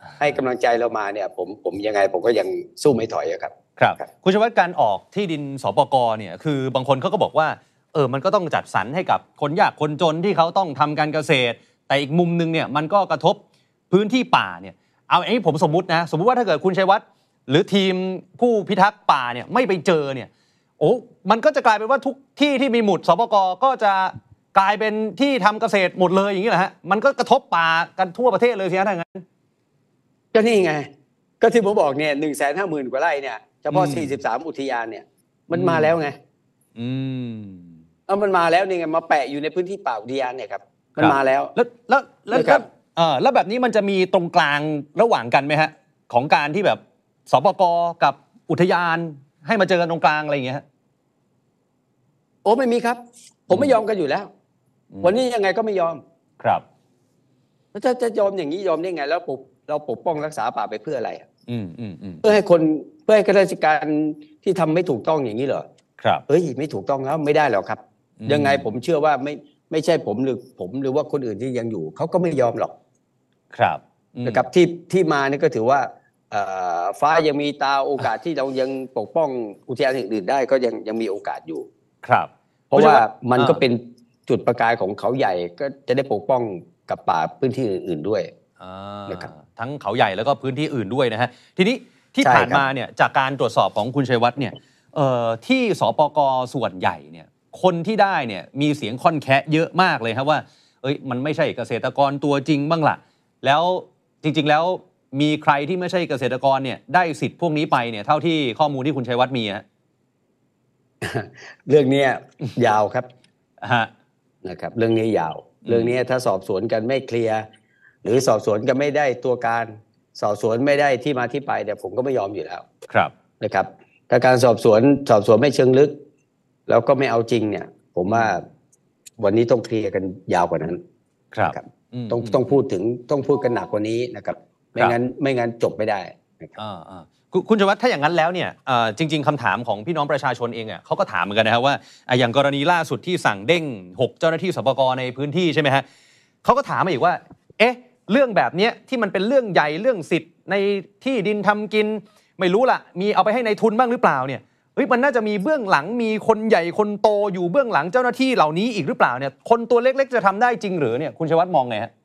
ให้กำลังใจเรามาเนี่ยผมผมยังไงผมก็ยังสู้ไม่ถอยครับครับคุณชัยวัฒน์การออกที่ดินสปก.เนี่ยคือบางคนเขาก็บอกว่าเออมันก็ต้องจัดสรรให้กับคนยากคนจนที่เขาต้องทำการเกษตรแต่อีกมุมนึงเนี่ยมันก็กระทบพื้นที่ป่าเนี่ยเอาอันนี้ผมสมมุตินะสมมุติว่าถ้าเกิดคุณชัยวัฒน์หรือทีมผู้พิทักษ์ป่าเนี่ยไม่ไปเจอเนี่ยโอ้มันก็จะกลายเป็นว่าทุกที่ที่มีหมุดสปก.ก็จะกลายเป็นที่ทำเกษตรหมดเลยอย่างนี้แหละฮะมันก็กระทบป่ากันทั่วประเทศเลยสิฮะถ้างั้นก็นี่ไงก็ที่ผมบอกเนี่ยหนึ่งแสนห้าหมื่นกว่าไร่เนี่ยเฉพาะสี่สิบสามอุทยานเนี่ยมันมาแล้วไงอืมเอามันมาแล้วนี่ไงมาแปะอยู่ในพื้นที่ป่าอุทยานเนี่ยครับมันมาแล้วแล้วแล้วแล้วครับเออแล้วแบบนี้มันจะมีตรงกลางระหว่างกันไหมฮะของการที่แบบสปก.กับอุทยานให้มาเจอกันตรงกลางอะไรอย่างเงี้ยฮะโอ้ไม่มีครับผมไม่ยอมกันอยู่แล้ววันนี้ยังไงก็ไม่ยอมครับแล้วจะจะยอมอย่างนี้ยอมได้ไงแล้วปกเราปกป้องรักษาป่าไปเพื่ออะไรอืมอืมอืมเพื่อให้คนเพื่อให้ข้าราชการที่ทำไม่ถูกต้องอย่างนี้เหรอครับเฮ้ยไม่ถูกต้องแล้วไม่ได้หรอกครับยังไงผมเชื่อว่าไม่ไม่ใช่ผมหรือผมหรือว่าคนอื่นที่ยังอยู่เขาก็ไม่ยอมหรอกครับนะครับที่ที่มานี่ก็ถือว่าฟ้ายังมีตาโอกาสที่เรายังปกป้องอุทยานอื่นๆได้ก็ยังยังมีโอกาสอยู่ครับเพราะว่ามันก็เป็นจุดประกายของเขาใหญ่ก็จะได้ปกป้องกับป่าพื้นที่อื่นๆด้วยนะครับทั้งเขาใหญ่แล้วก็พื้นที่อื่นด้วยนะฮะทีนี้ที่ผ่านมาเนี่ยจากการตรวจสอบของคุณชัยวัฒน์เนี่ยที่สปก.ส่วนใหญ่เนี่ยคนที่ได้เนี่ยมีเสียงค่อนแคะเยอะมากเลยครับว่าเอ้ยมันไม่ใช่เกษตรกรตัวจริงบ้างล่ะแล้วจริงๆแล้วมีใครที่ไม่ใช่เกษตรกรเนี่ยได้สิทธิ์พวกนี้ไปเนี่ยเท่าที่ข้อมูลที่คุณชัยวัฒน์มีฮะเรื่องนี้ยาวครับฮะนะครับเรื่องนี้ยาวเรื่องนี้ถ้าสอบสวนกันไม่เคลียร์หรือสอบสวนกันไม่ได้ตัวการสอบสวนไม่ได้ที่มาที่ไปเดี๋ยวผมก็ไม่ยอมอยู่แล้วครับนะครับถ้าการสอบสวนสอบสวนไม่เชิงลึกแล้วก็ไม่เอาจริงเนี่ยผมว่าวันนี้ต้องเคลียร์กันยาวกว่านั้นครับต้องต้องพูดถึงต้องพูดกันหนักกว่านี้นะครับไม่งั้นไม่งั้นจบไม่ได้นะครับคุณชัยวัฒน์ถ้าอย่างนั้นแล้วเนี่ยจริงๆคำถามของพี่น้องประชาชนเองอ่ะเขาก็ถามเหมือนกันนะครับว่าอย่างกรณีล่าสุดที่สั่งเด้งหกเจ้าหน้าที่สปก.ในพื้นที่ใช่ไหมฮะเขาก็ถามมาอีกว่าเอ๊ะเรื่องแบบนี้ที่มันเป็นเรื่องใหญ่เรื่องสิทธิ์ในที่ดินทำกินไม่รู้ล่ะมีเอาไปให้ในทุนบ้างหรือเปล่าเนี่ยเฮ้ยมันน่าจะมีเบื้องหลังมีคนใหญ่คนโตอยู่เบื้องหลังเจ้าหน้าที่เหล่านี้อีกหรือเปล่าเนี่ยคนตัวเล็กๆจะทำได้จริงหรือเนี่ยคุณชัยวัฒน์มองไงฮะ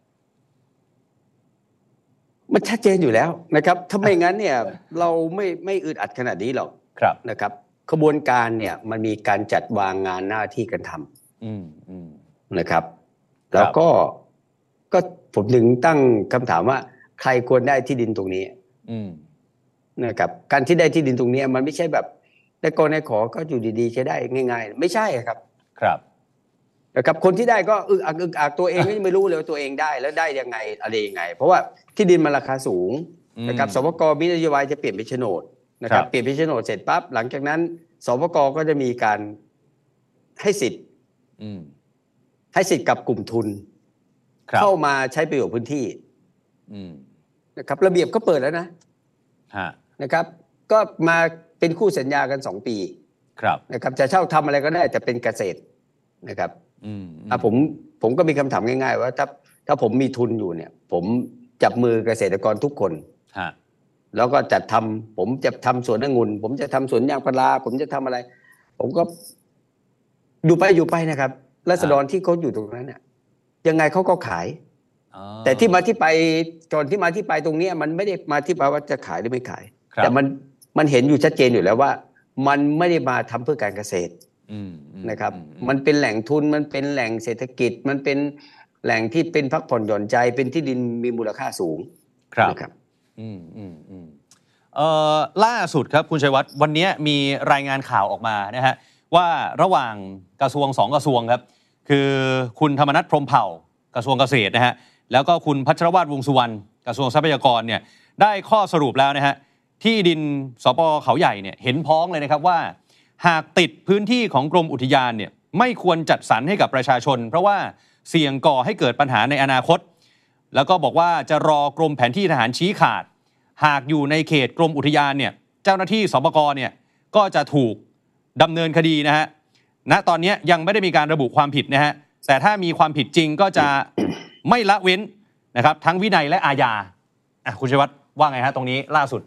มันชัดเจนอยู่แล้วนะครับถ้าไม่งั้นเนี่ยเราไม่ไม่อึดอัดขนาดนี้หรอกนะครับขบวนการเนี่ยมันมีการจัดวางงานหน้าที่กันทำนะครับแล้วก็ก็ผมถึงตั้งคำถามว่าใครควรได้ที่ดินตรงนี้นะครับการที่ได้ที่ดินตรงนี้มันไม่ใช่แบบได้กอได้ขอก็อยู่ดีๆใช้ได้ง่ายๆไม่ใช่ครับครับนะครับคนที่ได้ก็อึกอักอึกอักตัวเองก็ไม่รู้เลยว่าตัวเองได้แล้วได้ยังไงอะไรยังไงเพราะว่าที่ดินมันราคาสูงนะครับสปก.มีนโยบายจะเปลี่ยนเป็นโฉนดนะครับเปลี่ยนเป็นโฉนดเสร็จปั๊บหลังจากนั้นสปก.ก็จะมีการให้สิทธิ์ให้สิทธิ์กับกลุ่มทุนเข้ามาใช้ประโยชน์พื้นที่นะครับระเบียบก็เปิดแล้วนะนะครับก็มาเป็นคู่สัญญากันสองปีนะครับจะเช่าทำอะไรก็ได้แต่เป็นเกษตรนะครับอ่ะผมผมก็มีคำถามง่ายๆว่าถ้าถ้าผมมีทุนอยู่เนี่ยผมจับมือเกษตรกรทุกคนแล้วก็จัดทำผมจะทำสวนองุ่นผมจะทำสวนยางพาราผมจะทำอะไรผมก็อยู่ไปอยู่ไปนะครับราษฎรที่เขาอยู่ตรงนั้นเนี่ยยังไงเขาก็ขายแต่ที่มาที่ไปก่อนที่มาที่ไปตรงนี้มันไม่ได้มาที่ไปว่าจะขายหรือไม่ขายแต่มันมันเห็นอยู่ชัดเจนอยู่แล้วว่ามันไม่ได้มาทำเพื่อการเกษตรนะครับมันเป็นแหล่งทุนมันเป็นแหล่งเศรษฐกิจมันเป็นแหล่งที่เป็นพักผ่อนหย่อนใจเป็นที่ดินมีมูลค่าสูงนะครับอืมอืมอืมเอ่อล่าสุดครับคุณชัยวัฒน์วันนี้มีรายงานข่าวออกมานะฮะว่าระหว่างกระทรวงสองกระทรวงครับคือคุณธรรมนัสพรหมเผ่ากระทรวงเกษตรนะฮะแล้วก็คุณพัชรวาทวงษ์สุวรรณกระทรวงทรัพยากรเนี่ยได้ข้อสรุปแล้วนะฮะที่ดินสปก.เขาใหญ่เนี่ยเห็นพ้องเลยนะครับว่าหากติดพื้นที่ของกรมอุทยานเนี่ยไม่ควรจัดสรรให้กับประชาชนเพราะว่าเสี่ยงก่อให้เกิดปัญหาในอนาคตแล้วก็บอกว่าจะรอกรมแผนที่ทหารชี้ขาดหากอยู่ในเขตกรมอุทยานเนี่ยเจ้าหน้าที่สปก.เนี่ยก็จะถูกดำเนินคดีนะฮะณตอนนี้ยังไม่ได้มีการระบุความผิดนะฮะแต่ถ้ามีความผิดจริงก็จะไม่ละเว้นนะครับทั้งวินัยและอาญาอ่ะคุณชัยวัฒน์ว่าไงฮะตรงนี้ล่าสุด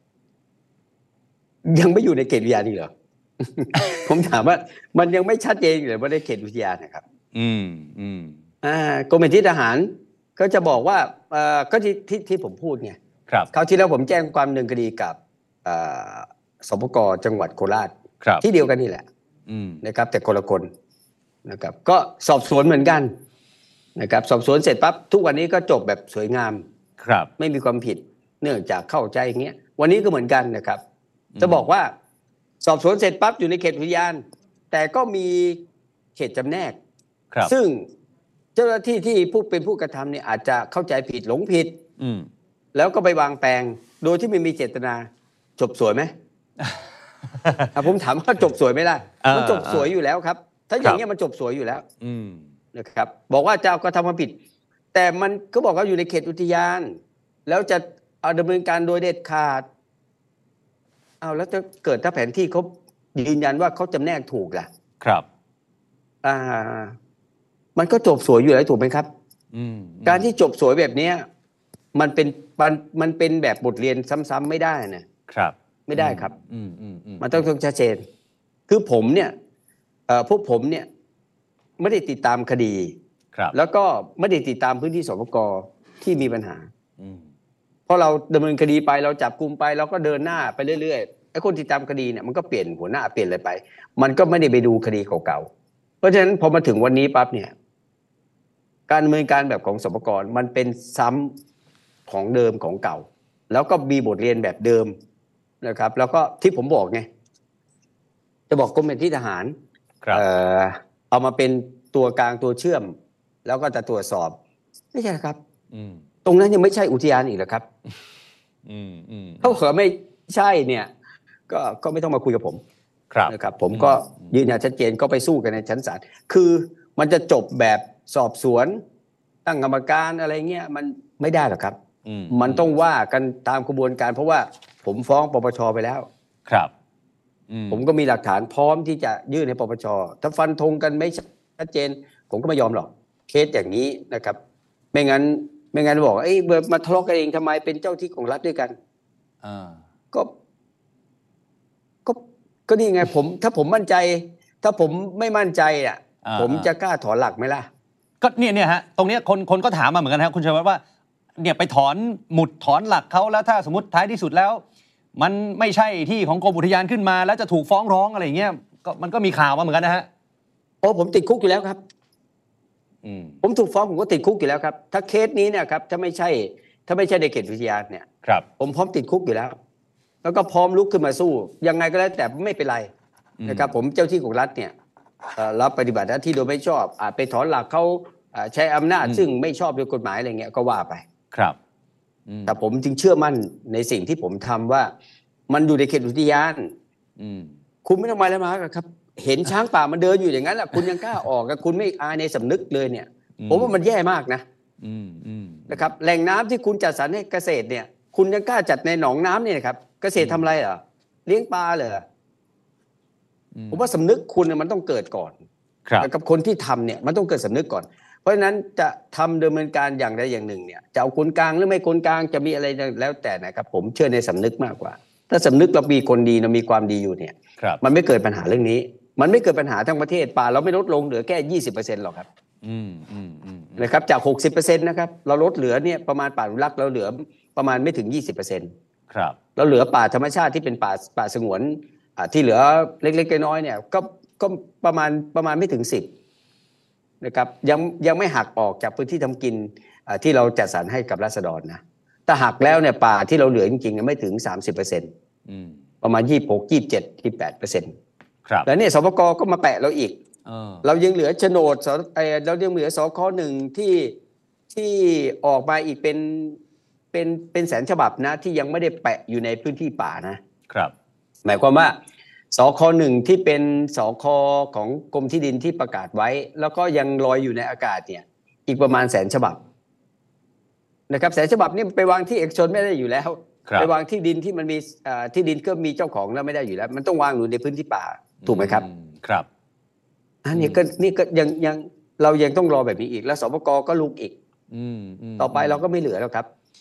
ยังไม่อยู่ในเขตอุทยานอีกเหรอ ผมถามว่ามันยังไม่ชัดเจนเลยว่าในเขตอุทยานนะครับอืมอืมอ่ากรมแผนที่ทหารก็จะบอกว่าเอ่อก็ที่ที่ที่ผมพูดไงครับคราวที่แล้วผมแจ้งความดำเนินคดีกับเอ่อสปก.จังหวัดโคราชครับที่เดียวกันนี่แหละนะครับแต่คนละคนนะครับก็สอบสวนเหมือนกันนะครับสอบสวนเสร็จปั๊บทุกวันนี้ก็จบแบบสวยงามครับไม่มีความผิดเนื่องจากเข้าใจอย่างเงี้ยวันนี้ก็เหมือนกันนะครับจะบอกว่าสอบสวนเสร็จปั๊บอยู่ในเขตอุทยานแต่ก็มีเขตจำแนกซึ่งเจ้าหน้าที่ที่ผู้เป็นผู้กระทำเนี่ยอาจจะเข้าใจผิดหลงผิดแล้วก็ไปวางแปลงโดยที่ไม่มีเจตนาจบสวยไหม ผมถามว่าจบสวยไหมล่ะมันจบสวยอยู่แล้วครับถ้าอย่างนี้มันจบสวยอยู่แล้วนะครับบอกว่าเจ้าก็ทำความผิดแต่มันก็บอกว่าอยู่ในเขตอุทยานแล้วจะเอาดำเนินการโดยเด็ดขาดเอาแล้วจะเกิดถ้าแผนที่เขายืนยันว่าเขาจำแนกถูกล่ะครับอ่ามันก็จบสวยอยู่แล้วถูกไหมครับการที่จบสวยแบบนี้มันเป็นมันมันเป็นแบบบทเรียนซ้ำๆไม่ได้นะครับไม่ได้ครับมันต้องต้องชัดเจนคือผมเนี่ยพวกผมเนี่ยไม่ได้ติดตามคดีแล้วก็ไม่ได้ติดตามพื้นที่สปก.ที่มีปัญหาเพราะเราดำเนินคดีไปเราจับกุมไปเราก็เดินหน้าไปเรื่อยๆไอ้คนติดตามคดีเนี่ยมันก็เปลี่ยนหัวหน้าเปลี่ยนอะไรไปมันก็ไม่ได้ไปดูคดีเก่าๆเพราะฉะนั้นพอมาถึงวันนี้ปั๊บเนี่ยการดำเนินการแบบของสปก.มันเป็นซ้ำของเดิมของเก่าแล้วก็มีบทเรียนแบบเดิมนะครับแล้วก็ที่ผมบอกไงจะบอกกรมแผนที่ทหารเอ่อเอามาเป็นตัวกลางตัวเชื่อมแล้วก็จะตรวจสอบไม่ใช่ครับตรงนั้นยังไม่ใช่อุทยานอีกเหรอครับถ้าเกิดไม่ใช่เนี่ยก็ก็ไม่ต้องมาคุยกับผมนะครับผมก็ยืนยันชัดเจนก็ไปสู้กันในชั้นศาลคือมันจะจบแบบสอบสวนตั้งกรรมการอะไรเงี้ยมันไม่ได้หรอกครับมันต้องว่ากันตามกระบวนการเพราะว่าผมฟ้องปปช.ไปแล้วครับผมก็มีหลักฐานพร้อมที่จะยื่นให้ปปช.ถ้าฟันธงกันไม่ชัดเจนผมก็ไม่ยอมหรอกเคสอย่างนี้นะครับไม่งั้นไม่งั้นบอกเอ้ยมาทะเลาะกันเองทำไมเป็นเจ้าที่ของรัฐด้วยกันก็ก็ก็นี่ไงผมถ้าผมมั่นใจถ้าผมไม่มั่นใจอ่ะผมจะกล้าถอนหลักไหมล่ะก็เนี่ยเนี่ยฮะตรงเนี้ยคนคนก็ถามมาเหมือนกันครับคุณชัยวัฒน์ว่าเนี่ยไปถอนหมุดถอนหลักเขาแล้วถ้าสมมติท้ายที่สุดแล้วมันไม่ใช่ที่ของกรมอุทยานขึ้นมาแล้วจะถูกฟ้องร้องอะไรอย่างเงี้ยก็มันก็มีข่าวมาเหมือนกันนะฮะโอ้ผมติดคุกอยู่แล้วครับผมถูกฟ้องผมก็ติดคุกอยู่แล้วครับถ้าเคสนี้เนี่ยครับถ้าไม่ใช่ถ้าไม่ใช่ในเขตอุทยานเนี่ยผมพร้อมติดคุกอยู่แล้วแล้วก็พร้อมลุกขึ้นมาสู้ยังไงก็แล้วแต่ไม่เป็นไรนะครับผมเจ้าที่ของรัฐเนี่ยรับปฏิบัติหน้าที่โดยไม่ชอบอาจไปถอนหลักเขาใช้อำนาจซึ่งไม่ชอบด้วยกฎหมายอะไรเงี้ยก็ว่าไปครับแต่ผมจึงเชื่อมั่นในสิ่งที่ผมทำว่ามันอยู่ในเขตอุทยานคุณไม่ต้องมาแล้วมาครับเห็นช้างป่ามันเดินอยู่อย่างนั้นแหละคุณยังกล้าออกกับคุณไม่อายในสำนึกเลยเนี่ยผมว่ามันแย่มากนะนะครับแหล่งน้ำที่คุณจัดสรรให้เกษตรเนี่ยคุณยังกล้าจัดในหนองน้ำเนี่ยครับเกษตรทำอะไรเหรอเลี้ยงปลาเหรอผมว่าสำนึกคุณมันต้องเกิดก่อนกับคนที่ทำเนี่ยมันต้องเกิดสำนึกก่อนเพราะฉะนั้นจะทำดำเนินการอย่างใดอย่างหนึ่งเนี่ยจะเอาคนกลางหรือไม่คนกลางจะมีอะไรแล้วแต่นะครับผมเชื่อในสำนึกมากกว่าถ้าสำนึกเรามีคนดีเรามีความดีอยู่เนี่ยมันไม่เกิดปัญหาเรื่องนี้มันไม่เกิดปัญหาทั้งประเทศป่าเราไม่ลดลงเหลือแค่ ยี่สิบเปอร์เซ็นต์ หรอกครับนะครับจาก หกสิบเปอร์เซ็นต์ นะครับเราลดเหลือเนี่ยประมาณป่าอนุรักษ์เราเหลือประมาณไม่ถึง ยี่สิบเปอร์เซ็นต์ครับเราเหลือป่าธรรมชาติที่เป็นป่าป่าสงวนที่เหลือเล็กๆน้อยๆเนี่ยก็ก็ประมาณประมาณไม่ถึงสิบนะครับยังยังไม่หักออกจากพื้นที่ทำกินที่เราจัดสรรให้กับราษฎรนะถ้าหักแล้วเนี่ยป่าที่เราเหลือจริงๆไม่ถึง สามสิบเปอร์เซ็นต์ ประมาณยี่สิบหก ยี่สิบเจ็ด ยี่สิบแปดเปอร์เซ็นต์ ครับแล้วเนี่ยสปก.ก็มาแปะเราอีกเรายังเหลือโฉนดเรายังเหลือสค.หนึ่งที่ที่ออกมาอีกเป็นเป็นเป็นแสนฉบับนะที่ยังไม่ได้แปะอยู่ในพื้นที่ป่านะครับหมายความว่าสค.หนึ่งที่เป็นสค.ของกรมที่ดินที่ประกาศไว้แล้วก็ยังลอยอยู่ในอากาศเนี่ยอีกประมาณแสนฉบับนะครับแสนฉบับนี่ไปวางที่เอกชนไม่ได้อยู่แล้วไปวางที่ดินที่มันมีที่ดินก็มีเจ้าของแล้วไม่ได้อยู่แล้วมันต้องวางอยู่ในพื้นที่ป่าถูกไหมครับครับอันนี้ก็นี่ก็ยังยังเรายังต้องรอแบบนี้อีกแล้วสปก.ก็ลุกอีกต่อไปเราก็ไม่เหลือแล้วครับผ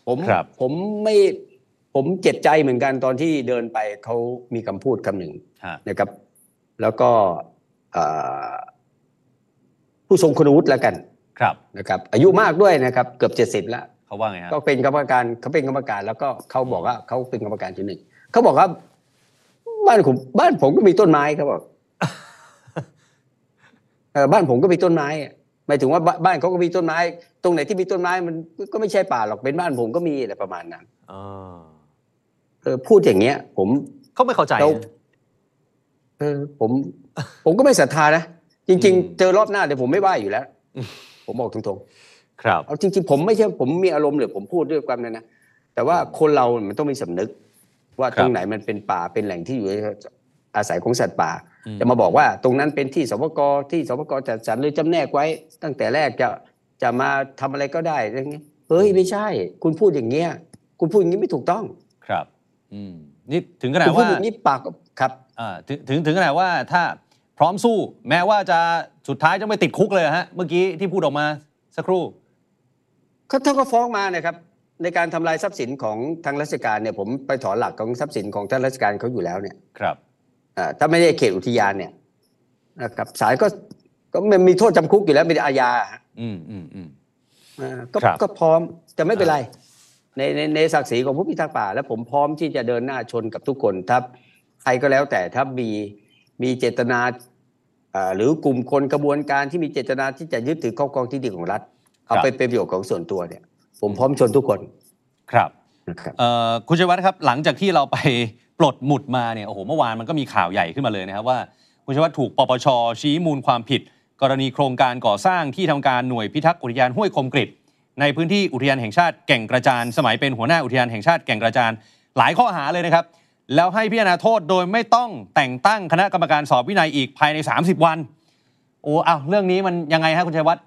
ผมผมไม่ผมเจ็บใจเหมือนกันตอนที่เดินไปเขามีคำพูดคำหนึ่งนะครับแล้วก็ผู้ทรงคุณวุฒิแล้วกันนะครับอายุมากด้วยนะครับเกือบเจ็ดสิบแล้วเขาว่าไงครับก็เป็นกรรมการเขาเป็นกรรมการแล้วก็เขาบอกว่าเขาเป็นกรรมการที่หนึ่งเขาบอกว่าบ้านผมบ้านผมก็มีต้นไม้เขาบอกเออบ้านผมก็มีต้นไม้หมายถึงว่าบ้านเขาก็มีต้นไม้ตรงไหนที่มีต้นไม้มันก็ไม่ใช่ป่าหรอกเป็นบ้านผมก็มีอะไรประมาณนั้นเออพูดอย่างเงี้ยผมเขาไม่เข้าใจเออผมผมก็ไม่ศรัทธานะจริงๆเจอรอบหน้าเดี๋ยวผมไม่ว่าอยู่แล้วผมบอกตรงๆครับเอาจริงๆผมไม่ใช่ผมมีอารมณ์หรือผมพูดด้วยความนั้นนะแต่ว่าคนเรามันต้องมีสำนึกว่าตรงไหนมันเป็นป่าเป็นแหล่งที่อยู่อาศัยของสัตว์ป่าจะมาบอกว่าตรงนั้นเป็นที่สปก.ที่สปก.จัดสรรหรือจำแนกไว้ตั้งแต่แรกจะจะมาทำอะไรก็ได้อะไรเงี้ยเฮ้ยไม่ใช่คุณพูดอย่างเงี้ยคุณพูดอย่างนี้ไม่ถูกต้องครับอืมนี่ถึงขนาดว่าพูดอย่างนี้ปากครับอ่าถึงถึงถึงขนาดว่าถ้าพร้อมสู้แม้ว่าจะสุดท้ายจะไม่ติดคุกเลยฮะเมื่อกี้ที่พูดออกมาสักครู่เขาถ้าก็ฟ้องมานะครับในการทำลายทรัพย์สินของทางราชการเนี่ยผมไปถอนหลักของทรัพย์สินของท่านราชการเขาอยู่แล้วเนี่ยครับอ่าถ้าไม่ได้เขตอุทยานเนี่ยนะครับศาลก็ก็มันมีโทษจำคุกอยู่แล้วไม่ได้อาญาอืมอืมอืมอ่าก็ก็พร้อมจะไม่เป็นไรในในในศักดิ์ศรีของผู้พิทักษ์ป่าและผมพร้อมที่จะเดินหน้าชนกับทุกคนถ้าใครก็แล้วแต่ถ้ามีมีเจตนาอ่าหรือกลุ่มคนกระบวนการที่มีเจตนาที่จะยึดถือครอบครองที่ดินของรัฐเอาไปเป็นประโยชน์ของส่วนตัวเนี่ยผมพร้อมชนทุกคนครับคุณชัยวัฒน์ครับหลังจากที่เราไปปลดหมุดมาเนี่ยโอ้โหเมื่อวานมันก็มีข่าวใหญ่ขึ้นมาเลยนะครับว่าคุณชัยวัฒน์ถูกปปช.ชี้มูลความผิดกรณีโครงการก่อสร้างที่ทำการหน่วยพิทักษ์อุทยานห้วยคมกฤษในพื้นที่อุทยานแห่งชาติแก่งกระจานสมัยเป็นหัวหน้าอุทยานแห่งชาติแก่งกระจานหลายข้อหาเลยนะครับแล้วให้พิจารณาโทษโดยไม่ต้องแต่งตั้งคณะกรรมการสอบวินัยอีกภายในสามสิบวันโอ้อ้าวเรื่องนี้มันยังไงฮะคุณชัยวัฒน์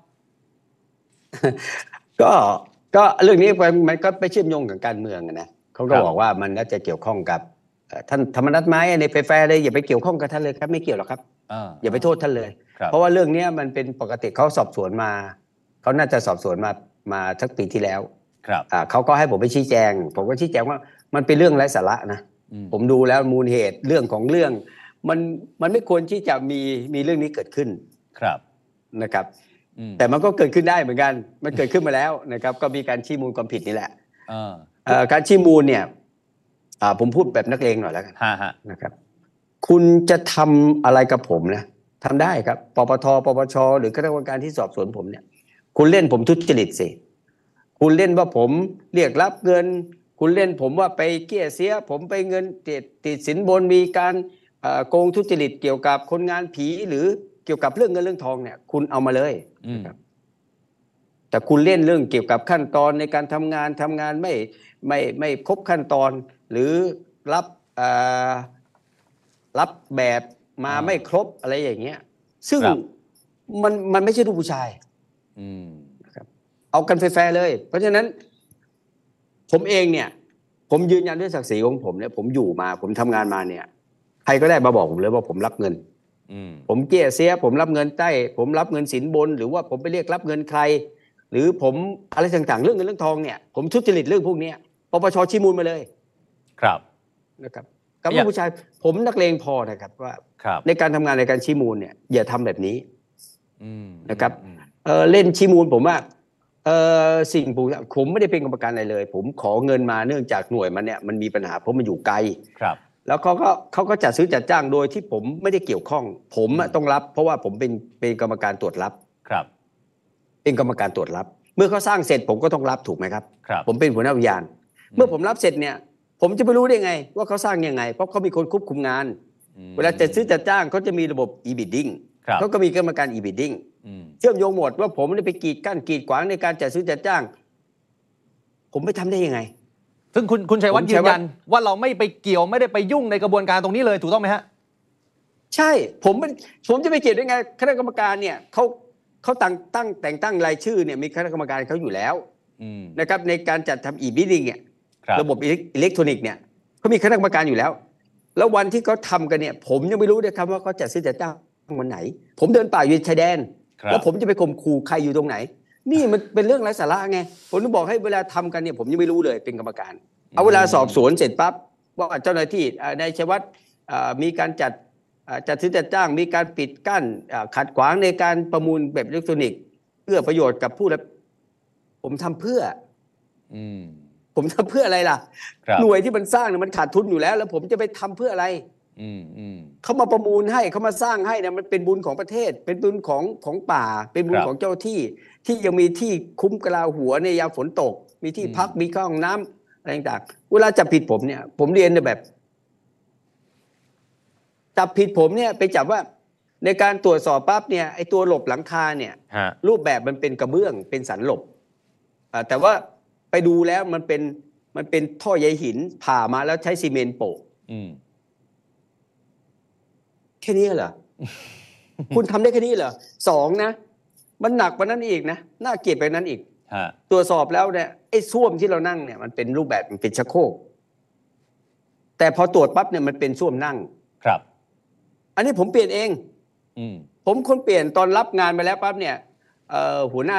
ก็ก็เรื่องนี้มันก็ไปเชื่อมโยงกับการเมืองนะเขาก็บอกว่ามันน่าจะเกี่ยวข้องกับท่านธรรมนัสไหมในแฟร์เลยอย่าไปเกี่ยวข้องกับท่านเลยครับไม่เกี่ยวหรอกครับอย่าไปโทษท่านเลยเพราะว่าเรื่องนี้มันเป็นปกติเขาสอบสวนมาเขาน่าจะสอบสวนมามาสักปีที่แล้วเขาก็ให้ผมไปชี้แจงผมก็ชี้แจงว่ามันเป็นเรื่องไร้สาระนะผมดูแล้วมูลเหตุเรื่องของเรื่องมันมันไม่ควรที่จะมีมีเรื่องนี้เกิดขึ้นครับนะครับแต่มันก็เกิดขึ้นได้เหมือนกันมันเกิดขึ้นมาแล้วนะครับก็มีการชี้มูลความผิดนี่แหละการชี้มูลเนี่ยผมพูดแบบนักเลงหน่อยแล้วกันนะครับคุณจะทำอะไรกับผมนะทำได้ครับปปทปปชหรือคณะกรรมการที่สอบสวนผมเนี่ยคุณเล่นผมทุจริตสิคุณเล่นว่าผมเรียกรับเงินคุณเล่นผมว่าไปเกี้ยเสียผมไปเงินติดติดสินบนมีการโกงทุจริตเกี่ยวกับคนงานผีหรือเกี่ยวกับเรื่องเงินเรื่องทองเนี่ยคุณเอามาเลยนะครับแต่คุณเล่นเรื่องเกี่ยวกับขั้นตอนในการทำงานทำงานไม่ไม่ไม่ครบขั้นตอนหรือรับรับแบบมาไม่ครบอะไรอย่างเงี้ยซึ่งมันมันไม่ใช่ลูกผู้ชายนะครับเอากันแฟร์เลยเพราะฉะนั้นผมเองเนี่ยผมยืนยันด้วยศักดิ์ศรีของผมเนี่ยผมอยู่มาผมทำงานมาเนี่ยใครก็ได้มาบอกผมเลยว่าผมรับเงินผมเกี้ยเสียผมรับเงินใต้ผมรับเงินสินบนหรือว่าผมไปเรียกรับเงินใครหรือผมอะไรต่างๆเรื่องเงินเรื่องทองเนี่ยผมทุจริตเรื่องพวกนี้ปปช.ชี้มูลมาเลยครับนะครับกับผู้ชายผมนักเลงพอนะครับว่าในการทำงานในการชี้มูลเนี่ยอย่าทำแบบนี้นะครับเออเล่นชี้มูลผมว่าเออสิ่งผมผมไม่ได้เป็นกรรมการอะไรเลยผมขอเงินมาเนื่องจากหน่วยมันเนี่ยมันมีปัญหาเพราะมันอยู่ไกลครับแล้วเขาก็เขาก็จัดซื้อจัดจ้างโดยที่ผมไม่ได้เกี่ยวข้องผมต้องรับเพราะว่าผมเป็นเป็นกรรมการตรวจรับครับเป็นกรรมการตรวจรับเมื่อเขาสร้างเสร็จผมก็ต้องรับถูกไหมครับครับผมเป็นหัวหน้าอุทยานเมื่อผมรับเสร็จเนี่ยผมจะไปรู้ได้ไงว่าเขาสร้างยังไงเพราะเขามีคนควบคุมงานเวลาจัดซื้อจัดจ้างเขาจะมีระบบ e-bidding เขาก็มีกรรมการ e-bidding เชื่อมโยงหมดว่าผมได้ไปกีดกั้นกีดขวางในการจัดซื้อจัดจ้างผมไปทำได้ยังไงซึ่งคุณคุณชัยวัฒน์ยืนยันว่าเราไม่ไปเกี่ยวไม่ได้ไปยุ่งในกระบวนการตรงนี้เลยถูกต้องไหมฮะใช่ผมผมจะไปเกี่ยวได้ไงคณะกรรมการเนี่ยเขาเขาตั้งตั้งแต่งตั้งรายชื่อเนี่ยมีคณะกรรมการเขาอยู่แล้วนะครับในการจัดทำ e-bidding เนี่ยระบบอิเล็กทรอนิกส์เนี่ยเขามีคณะกรรมการอยู่แล้วแล้ววันที่เขาทำกันเนี่ยผมยังไม่รู้เลยครับว่าเขาจัดซื้อจัดจ้างวันไหนผมเดินป่าอยู่ชายแดนแล้วผมจะไปข่มขู่ใครอยู่ตรงไหนนี่มันเป็นเรื่องไร้สาระไงผมต้องบอกให้เวลาทำกันเนี่ยผมยังไม่รู้เลยเป็นกรรมการเอาเวลาสอบสวนเสร็จปั๊บว่าเจ้าหน้าที่นายชัยวัฒน์มีการจัดจัดซื้อจัดจ้างมีการปิดกั้นขัดขวางในการประมูลแบบอิเล็กทรอนิกส์เพื่อประโยชน์กับผู้รับผมทำเพื่อผมทำเพื่ออะไรล่ะหน่วยที่มันสร้างเนี่ยมันขาดทุนอยู่แล้วแล้วผมจะไปทำเพื่ออะไรเขามาประมูลให้เขามาสร้างให้เนี่ยมันเป็นบุญของประเทศเป็นบุญของของป่าเป็นบุญของเจ้าที่ที่ยังมีที่คุ้มกะลาหัวในยามฝนตกมีที่พักมีห้องน้ำอะไรต่างๆเวลาจับผิดผมเนี่ยผมเรียนแบบจับผิดผมเนี่ยไปจับว่าในการตรวจสอบปั๊บเนี่ยไอ้ตัวหลบหลังคาเนี่ยรูปแบบมันเป็นกระเบื้องเป็นสันหลบแต่ว่าไปดูแล้วมันเป็นมันเป็นท่อใยหินผ่ามาแล้วใช้ซีเมนต์โปะแค่นี้เหรอ คุณทำได้แค่นี้เหรอสองนะมันหนักกว่านั้นอีกนะน่าเกลียดไปนั้นอีกตรวจสอบแล้วเนี่ยไอ้ส้วมที่เรานั่งเนี่ยมันเป็นรูปแบบมันเป็นชักโครกแต่พอตรวจปั๊บเนี่ยมันเป็นส้วมนั่งครับอันนี้ผมเปลี่ยนเองผมคนเปลี่ยนตอนรับงานไปแล้วปั๊บเนี่ยหัวหน้า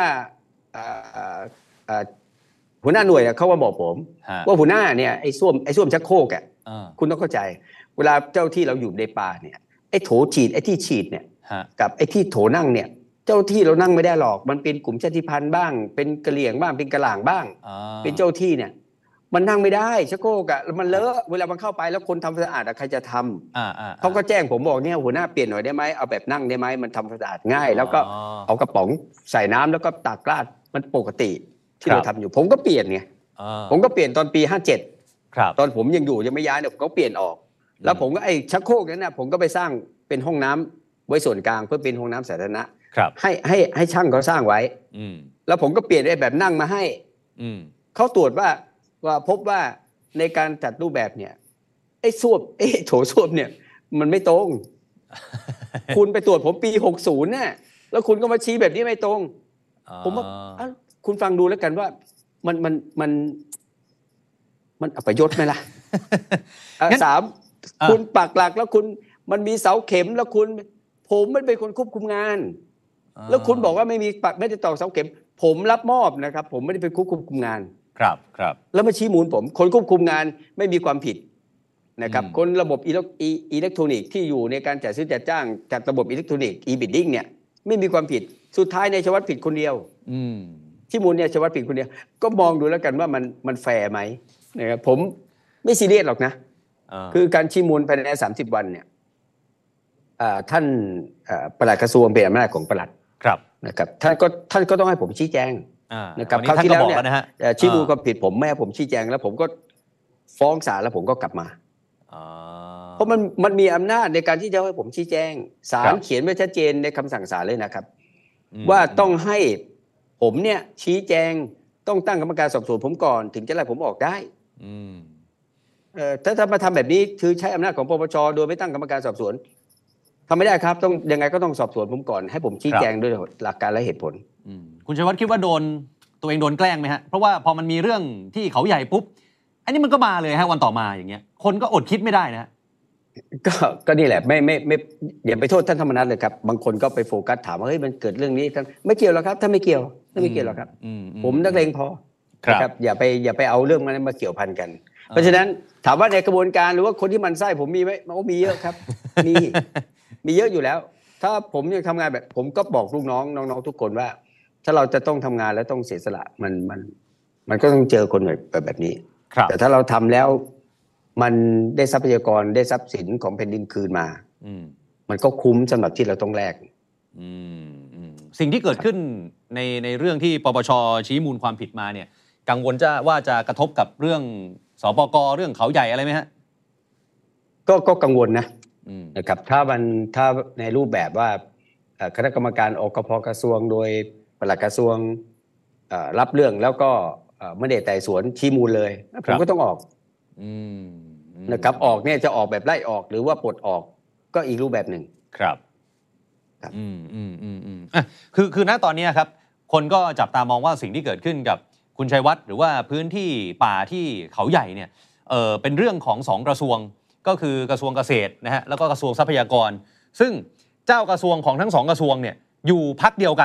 หัวหน้าหน่วยเขามาบอกผมว่าหัวหน้าเนี่ยไอ้ส้วมไอ้ส้วมชักโครกอ่ะคุณต้องเข้าใจเวลาเจ้าที่เราอยู่ในป่าเนี่ยไอ้โถฉีดไอ้ที่ฉีดเนี่ยกับไอ้ที่โถนั่งเนี่ยเจ้าที่เรานั่งไม่ได้หรอกมันเป็นกลุ่มชาติพันธุ์บ้างเป็นกะเหรี่ยงบ้างเป็นกะหล่างบ้างเป็นเจ้าที่เนี่ยมันนั่งไม่ได้ชักโครกอ่ะมันเลอะเวลามันเข้าไปแล้วคนทำสะอาดใครจะทำเขาก็แจ้งผมบอกเนี่ยหัวหน้าเปลี่ยนหน่อยได้ไหมเอาแบบนั่งได้ไหมมันทำสะอาดง่ายแล้วก็เอากระป๋องใส่น้ำแล้วก็ตักราดมันปกติที่เราทำอยู่ผมก็เปลี่ยนไงผมก็เปลี่ยนตอนปีห้าเจ็ดตอนผมยังอยู่ยังไม่ย้ายเนี่ยผมก็เปลี่ยนออกแล้วผมก็ไอ้ชักโครกนั้นน่ะผมก็ไปสร้างเป็นห้องน้ำไว้ส่วนกลางเพื่อเป็นห้องน้ำสาธารณะให้ให้ให้ช่างเขาสร้างไว้แล้วผมก็เปลี่ยนไอ้แบบนั่งมาให้เขาตรวจว่าว่าพบว่าในการจัดรูปแบบเนี่ยไอ้ส้วมไอ้โถส้วมเนี่ยมันไม่ตรง คุณไปตรวจผมปีหกสิบน่ะแล้วคุณก็มาชี้แบบนี้ไม่ตรงผมว่าคุณฟังดูแล้วกันว่ามันมันมันมันอัปยศไหมล่ะ สามคุณปักหลักแล้วคุณมันมีเสาเข็มแล้วคุณผมไม่เป็นคนควบคุมงานแล้วคุณบอกว่าไม่มีปักไม่ได้ตอกเสาเข็มผมรับมอบนะครับผมไม่ได้เป็นควบคุมงานครับครับแล้วมาชี้มูลผมคนควบคุมงานไม่มีความผิดนะครับคนระบบอิเล็กทรอนิกส์ที่อยู่ในการจัดซื้อจัดจ้างจัดระบบอิเล็กทรอนิกส์ e-bidding เนี่ยไม่มีความผิดสุดท้ายนายชัยวัฒน์ผิดคนเดียวชี้มูลเนี่ยชัยวัฒน์ผิดคนเดียวก็มองดูแล้วกันว่ามันมันแฟร์ไหมนะครับผมไม่ซีเรียสหรอกนะคือการชี้มูลภายในสามสิบวันเนี่ยท่านปลัดกระทรวงเป็นอำนาจของปลัดนะครับท่านก็ท่านก็ต้องให้ผมชี้แจงนะครับคราวที่แล้วเนี่ยชี้มูลความผิดผมแม่ผมชี้แจงแล้วผมก็ฟ้องศาลแล้วผมก็กลับมาเพราะมันมันมีอำนาจในการที่จะให้ผมชี้แจงศาลเขียนไว้ชัดเจนในคำสั่งศาลเลยนะครับว่าต้องให้ผมเนี่ยชี้แจงต้องตั้งกรรมการสอบสวนผมก่อนถึงจะไล่ผมออกได้เอ่อถ้าถ้ามาทำแบบนี้คือใช้อำนาจของปปชโดยไม่ตั้งกรรมการสอบสวนทำไม่ได้ครับต้องยังไงก็ต้องสอบสวนผมก่อนให้ผมชี้แจงด้วยหลักการและเหตุผลคุณชัยวัฒน์คิดว่าโดนตัวเองโดนแกล้งไหมฮะเพราะว่าพอมันมีเรื่องที่เขาใหญ่ปุ๊บอันนี้มันก็มาเลยฮะวันต่อมาอย่างเงี้ยคนก็อดคิดไม่ได้นะก็ก็นี่แหละไม่ไม่ไม่อย่าไปโทษท่านธรรมนัสเลยครับบางคนก็ไปโฟกัสถามว่าเฮ้ยมันเกิดเรื่องนี้ท่านไม่เกี่ยวหรอกครับท่านไม่เกี่ยวท่านไม่เกี่ยวหรอกครับผมนักเลงพอครับอย่าไปอย่าไปเอาเรื่องนั้นมาเกี่ยวพันกันเพราะฉะนั้นถามว่าในกระบวนการหรือว่าคนที่มันไส้ผมมีไหมมันก็มีเยอะครับมีมีเยอะอยู่แล้วถ้าผมยังทำงานแบบผมก็บอกลูกน้องน้องๆทุกคนว่าถ้าเราจะต้องทำงานแล้วต้องเสียสละมันมันมันก็ต้องเจอคนแบบแบบนี้แต่ถ้าเราทำแล้วมันได้ทรัพยากรได้ทรัพย์สินของแผ่นดินคืนมามันก็คุ้มสำหรับที่เราต้องแลกสิ่งที่เกิดขึ้นในในเรื่องที่ปปชชี้มูลความผิดมาเนี่ยกังวลจะว่าจะกระทบกับเรื่องสปก.เรื่องเขาใหญ่อะไรไหมฮะก็ก็กังวลนะนะครับถ้ามันถ้าในรูปแบบว่าคณะกรรมการอกพ.กระทรวงโดยปลัดกระทรวงรับเรื่องแล้วก็ไม่ได้ไต่สวนชี้มูลเลยผมก็ต้องออกนะครับออกเนี่ยจะออกแบบไล่ออกหรือว่าปลดออกก็อีกรูปแบบหนึ่งครับครับอืมอืมอืมอืมอ่ะคือคือณตอนนี้ครับคนก็จับตามองว่าสิ่งที่เกิดขึ้นกับคุณชัยวัฒน์หรือว่าพื้นที่ป่าที่เขาใหญ่เนี่ยเออเป็นเรื่องของสองกระทรวงก็คือกระทรวงเกษตรนะฮะแล้วก็กระทรวงทรัพยากรซึ่งเจ้ากระทรวงของทั้งสองกระทรวงเนี่ยอยู่พรรคเดียวกัน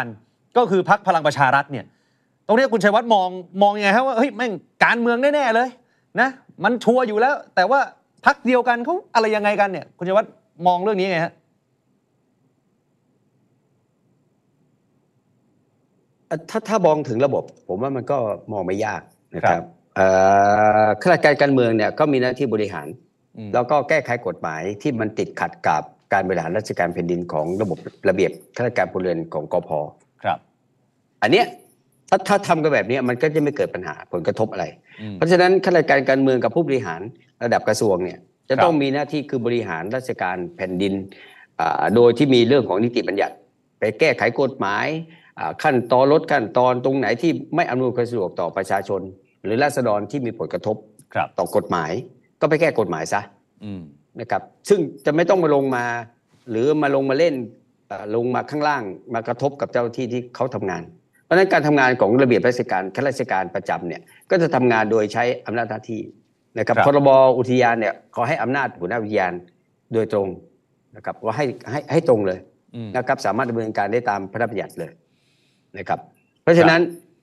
ก็คือพรรคพลังประชารัฐเนี่ยตรงนี้คุณชัยวัฒน์มองมองยังไงครับว่าเฮ้ยแม่งการเมืองแน่ๆเลยนะมันชัวร์อยู่แล้วแต่ว่าพรรคเดียวกันเขาอะไรยังไงกันเนี่ยคุณชัยวัฒน์มองเรื่องนี้ไงฮะถ้าถ้ามองถึงระบบผมว่ามันก็มองไม่ยากนะครับข้าราชการการเมืองเนี่ยก็มีหน้าที่บริหารแล้วก็แก้ไขกฎหมายที่มันติดขัดกับการบริหารราชการแผ่นดินของระบบระเบียบข้าราชการพลเรือนของกพ. ครับอันเนี้ยถ้าถ้าทำกันแบบนี้มันก็จะไม่เกิดปัญหาผลกระทบอะไรเพราะฉะนั้นข้าราชการการเมืองกับผู้บริหารระดับกระทรวงเนี่ยจะต้องมีหน้าที่คือบริหารราชการแผ่นดินโดยที่มีเรื่องของนิติบัญญัติไปแก้ไขกฎหมายขั้นตอนลดขั้นตอนตรงไหนที่ไม่อำนวยความสะดวกต่อประชาชนหรือราษฎรที่มีผลกระทบต่อกฎหมายก็ไปแก้กฎหมายซะนะครับซึ่งจะไม่ต้องมาลงมาหรือมาลงมาเล่นลงมาข้างล่างมากระทบกับเจ้าหน้าที่ที่เขาทำงานเพราะฉะนั้นการทำงานของระเบียบราชการข้าราชการประจำเนี่ยก็จะทำงานโดยใช้อำนาจหน้าที่นะครับพรบอุทยานเนี่ยเขาให้อำนาจหัวหน้าอุทยานโดยตรงนะครับก็ให้ให้ให้ตรงเลยนะครับสามารถดำเนินการได้ตามพระราชบัญญัติเลยนะครับเพราะฉะนั้น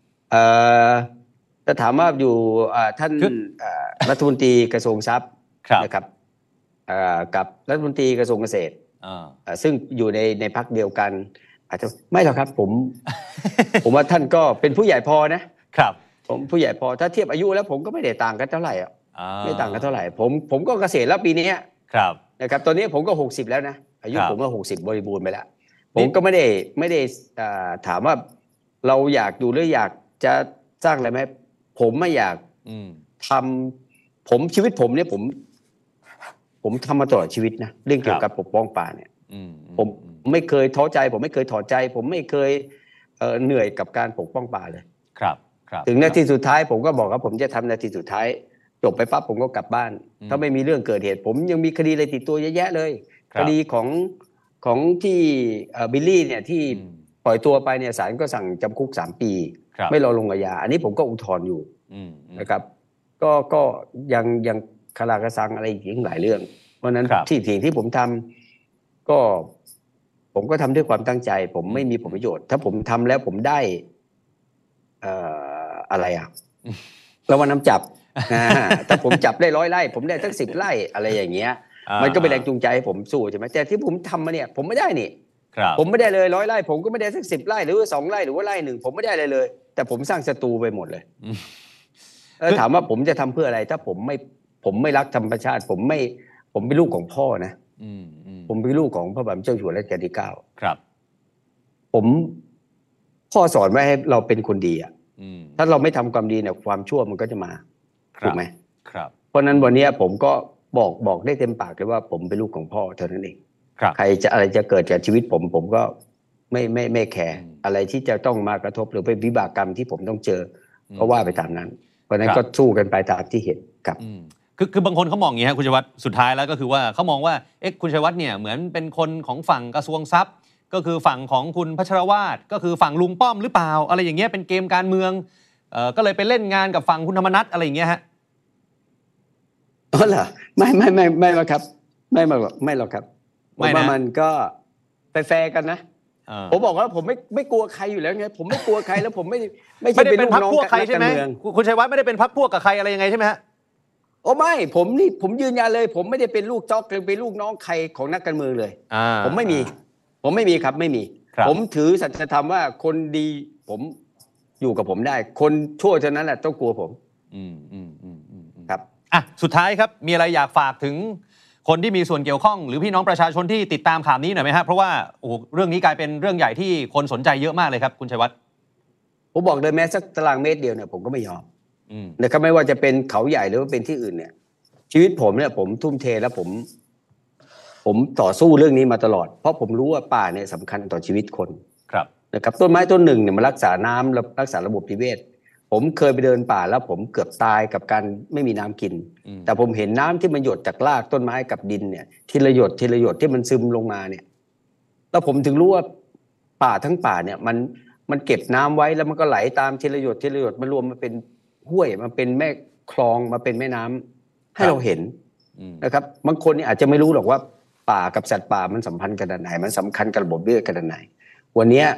จะถามว่าอยู่ท่านรัฐมนตรีกระทรวงทรัพย์นะครับกับรัฐมนตรีกระทรวงเกษตรซึ่งอยู่ในในพรรคเดียวกันอาจจะไม่หรอกครับผม ผมว่าท่านก็เป็นผู้ใหญ่พอนะครับผมผู้ใหญ่พอถ้าเทียบอายุแล้วผมก็ไม่ได้ต่างกันเท่าไหร่อ่ะไม่ต่างกันเท่าไหร่ผมผมก็เกษียณแล้วปีนี้ครับนะครับตอนนี้ผมก็หกสิบแล้วนะอายุผมก็หกสิบบริบูรณ์ไปแล้วผมก็ไม่ได้ไม่ได้ถามว่าเราอยากดูหรืออยากจะสร้างอะไรไหมผมไม่อยากทำผมชีวิตผมเนี่ยผมผมทำมาตลอดชีวิตนะเรื่องเกี่ยวกับปกป้องป่าเนี่ยผมไม่เคยท้อใจผมไม่เคยถอดใจผมไม่เคยเอ่อเหนื่อยกับการปกป้องป่าเลยครับครับถึงนาทีสุดท้ายผมก็บอกว่าผมจะทำนาทีสุดท้ายจบไปปั๊บผมก็กลับบ้านถ้าไม่มีเรื่องเกิดเหตุผมยังมีคดีอะไรติดตัวเยอะแยะเลยคดีของของที่บิลลี่เนี่ยที่ปล่อยตัวไปเนี่ยศาลก็สั่งจำคุกสามปีไม่รอลงอาญาอันนี้ผมก็อุทธรณ์อยู่นะครับก็ก็ยังยังคาราคาซังอะไรอีกหลายเรื่องเพราะนั้นที่สิ่งที่ผมทำก็ผมก็ทำด้วยความตั้งใจผมไม่มีผลประโยชน์ถ้าผมทำแล้วผมได้เอ่ออะไรอ่ะรางวัลนำจับถ้าผมจับได้ร้อยไร่ผมได้สักสิบไร่อะไรอย่างเงี้ยมันก็เป็นแรงจูงใจให้ผมสู้ใช่ไหมแต่ที่ผมทำมาเนี่ยผมไม่ได้นี่ผมไม่ได้เลยร้อยไร่ผมก็ไม่ได้สักสิบไร่หรือว่าสองไร่หรือว่าไร่หนึ่งผมไม่ได้เลยเลยแต่ผมสร้างศัตรูไปหมดเลยแล้วถามว่าผมจะทำเพื่ออะไรถ้าผมไม่ผมไม่รักธรรมชาติผมไม่ผมเป็นลูกของพ่อนะผมเป็นลูกของพระบาทเจ้าอยู่หัวรัชกาลที่เก้าครับผมพ่อสอนไว้ให้เราเป็นคนดีอ่ะถ้าเราไม่ทำความดีเนี่ยความชั่วมันก็จะมาถูกไหมครับเพราะนั้นวันนี้ผมก็บอกบอกได้เต็มปากเลยว่าผมเป็นลูกของพ่อเท่านั้นเองใครจะอะไรจะเกิดจากชีวิตผมผมก็ไม่ไม่ไม่แคร์อะไรที่จะต้องมากระทบหรือเป็นวิบากกรรมที่ผมต้องเจอก็ว่าไปตามนั้นเพราะนั้นก็สู้กันไปตามที่เห็นครับคือคือบางคนเขามองอย่างนี้ครับคุณชัยวัฒน์สุดท้ายแล้วก็คือว่าเขามองว่าเอ๊ะคุณชัยวัฒน์เนี่ยเหมือนเป็นคนของฝั่งกระทรวงทรัพย์ก็คือฝั่งของคุณพัชรวาทก็คือฝั่งลุงป้อมหรือเปล่าอะไรอย่างเงี้ยเป็นเกมการเมืองเอ่อก็เลยไปเล่นงานกับฝั่งคุณธรรมนัสอะไรอย่างเงี้ยฮะอ๋อเหรอไม่ไม่ไม่ไม่หรอกครับไม่หรอกไม่หรอกครับผมว่ามันก็แฟร์กันนะผมบอกว่าผมไม่ไม่กลัวใครอยู่แล้วไงผมไม่กลัวใครแล้วผมไม่ไม่ใช่เป็นพรรคพวกใครใช่ไหมคุณชัยวัฒน์ไม่ได้เป็นพรรคพวกกับใครอะไรยังไงใช่ไหมฮะโอ้ไม่ผมนี่ผมยืนยันเลยผมไม่ได้เป็นลูกจ๊อกหรือเป็นลูกน้องใครของนักการเมืองเลยผมไม่มีผมไม่มีครับไม่มีผมถือสัจธรรมว่าคนดีผมอยู่กับผมได้คนชั่วเท่านั้นแหละต้องกลัวผมอืมอืมอืมอืมครับอ่ะสุดท้ายครับมีอะไรอยากฝากถึงคนที่มีส่วนเกี่ยวข้องหรือพี่น้องประชาชนที่ติดตามข่าวนี้หน่อยไหมฮะเพราะว่าโอ้เรื่องนี้กลายเป็นเรื่องใหญ่ที่คนสนใจเยอะมากเลยครับคุณชัยวัฒน์ผมบอกเลยแม้สักตารางเมตรเดียวเนี่ยผมก็ไม่ยอมนะครับไม่ว่าจะเป็นเขาใหญ่หรือว่าเป็นที่อื่นเนี่ยชีวิตผมเนี่ยผมทุ่มเทแล้วผมผมต่อสู้เรื่องนี้มาตลอดเพราะผมรู้ว่าป่าเนี่ยสำคัญต่อชีวิตคนครับนะครับต้นไม้ต้นหนึ่งเนี่ยมันรักษาน้ำรักษาระบบนิเวศผมเคยไปเดินป่าแล้วผมเกือบตายกับการไม่มีน้ำกินแต่ผมเห็นน้ำที่มันหยดจากรากต้นไม้กับดินเนี่ยทีละหยดทีละหยดที่มันซึมลงมาเนี่ยแล้วผมถึงรู้ว่าป่าทั้งป่าเนี่ยมันมันเก็บน้ำไว้แล้วมันก็ไหลตามทีละหยดทีละหยดมารวมมาเป็นห้วยมาเป็นแม่คลองมาเป็นแม่น้ำให้เราเห็นนะครับบางคนนี่อาจจะไม่รู้หรอกว่าป่ากับสัตว์ป่ามันสัมพันธ์กันขนาดไหนมันสำคัญกับระบบนิเวศขนาดไหนวันนี้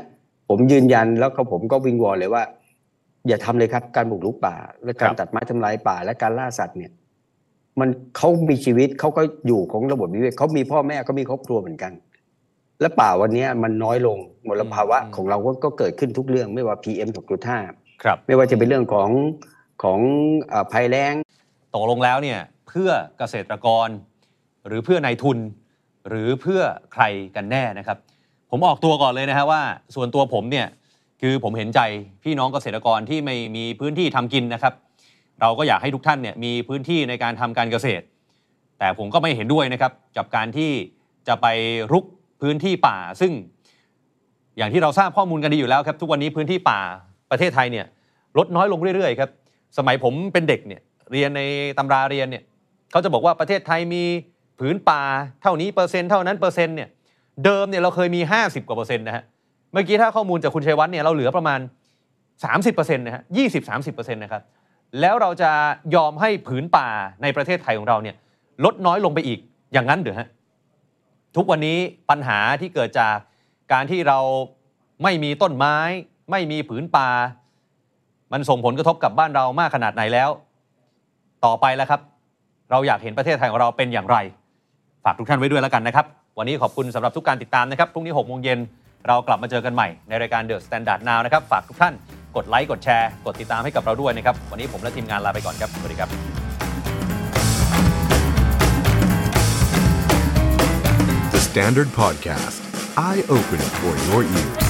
ผมยืนยันแล้วก็ผมก็วิงวอนเลยว่าอย่าทำเลยครับการบุกรุกป่าและการตัดไม้ทำลายป่าและการล่าสัตว์เนี่ยมันเขามีชีวิตเขาก็อยู่ของระบบนิเวศเขามีพ่อแม่เขามีครอบครัวเหมือนกันและป่าวันนี้มันน้อยลงมลภาวะของเราก็เกิดขึ้นทุกเรื่องไม่ว่า พี เอ็ม สองจุดห้าครับไม่ว่าจะเป็นเรื่องของของภัยแล้งตกลงแล้วเนี่ยเพื่อเกษตรกรหรือเพื่อนายทุนหรือเพื่อใครกันแน่นะครับผมออกตัวก่อนเลยนะฮะว่าส่วนตัวผมเนี่ยคือผมเห็นใจพี่น้องเกษตรกรที่ไม่มีพื้นที่ทำกินนะครับเราก็อยากให้ทุกท่านเนี่ยมีพื้นที่ในการทำการเกษตรแต่ผมก็ไม่เห็นด้วยนะครับกับการที่จะไปรุกพื้นที่ป่าซึ่งอย่างที่เราทราบข้อมูลกันดีอยู่แล้วครับทุกวันนี้พื้นที่ป่าประเทศไทยเนี่ยลดน้อยลงเรื่อยๆครับสมัยผมเป็นเด็กเนี่ยเรียนในตำราเรียนเนี่ยเขาจะบอกว่าประเทศไทยมีผืนป่าเท่านี้เปอร์เซ็นต์เท่านั้นเปอร์เซ็นต์เนี่ยเดิมเนี่ยเราเคยมีห้าสิบกว่าเปอร์เซ็นต์นะฮะเมื่อกี้ถ้าข้อมูลจากคุณชัยวัฒน์เนี่ยเราเหลือประมาณ สามสิบเปอร์เซ็นต์ นะฮะ ยี่สิบถึงสามสิบเปอร์เซ็นต์ นะครับแล้วเราจะยอมให้ผืนป่าในประเทศไทยของเราเนี่ยลดน้อยลงไปอีกอย่างนั้นหรือฮะทุกวันนี้ปัญหาที่เกิดจากการที่เราไม่มีต้นไม้ไม่มีผืนป่ามันส่งผลกระทบกับบ้านเรามากขนาดไหนแล้วต่อไปแล้วครับเราอยากเห็นประเทศไทยของเราเป็นอย่างไรฝากทุกท่านไว้ด้วยแล้วกันนะครับวันนี้ขอบคุณสำหรับทุกการติดตามนะครับพรุ่งนี้หกโมงเย็นเรากลับมาเจอกันใหม่ในรายการ The Standard Now นะครับฝากทุกท่านกดไลค์กดแชร์กดติดตามให้กับเราด้วยนะครับวันนี้ผมและทีมงานลาไปก่อนครับสวัสดีครับ The Standard Podcast Eye Open for Your Ears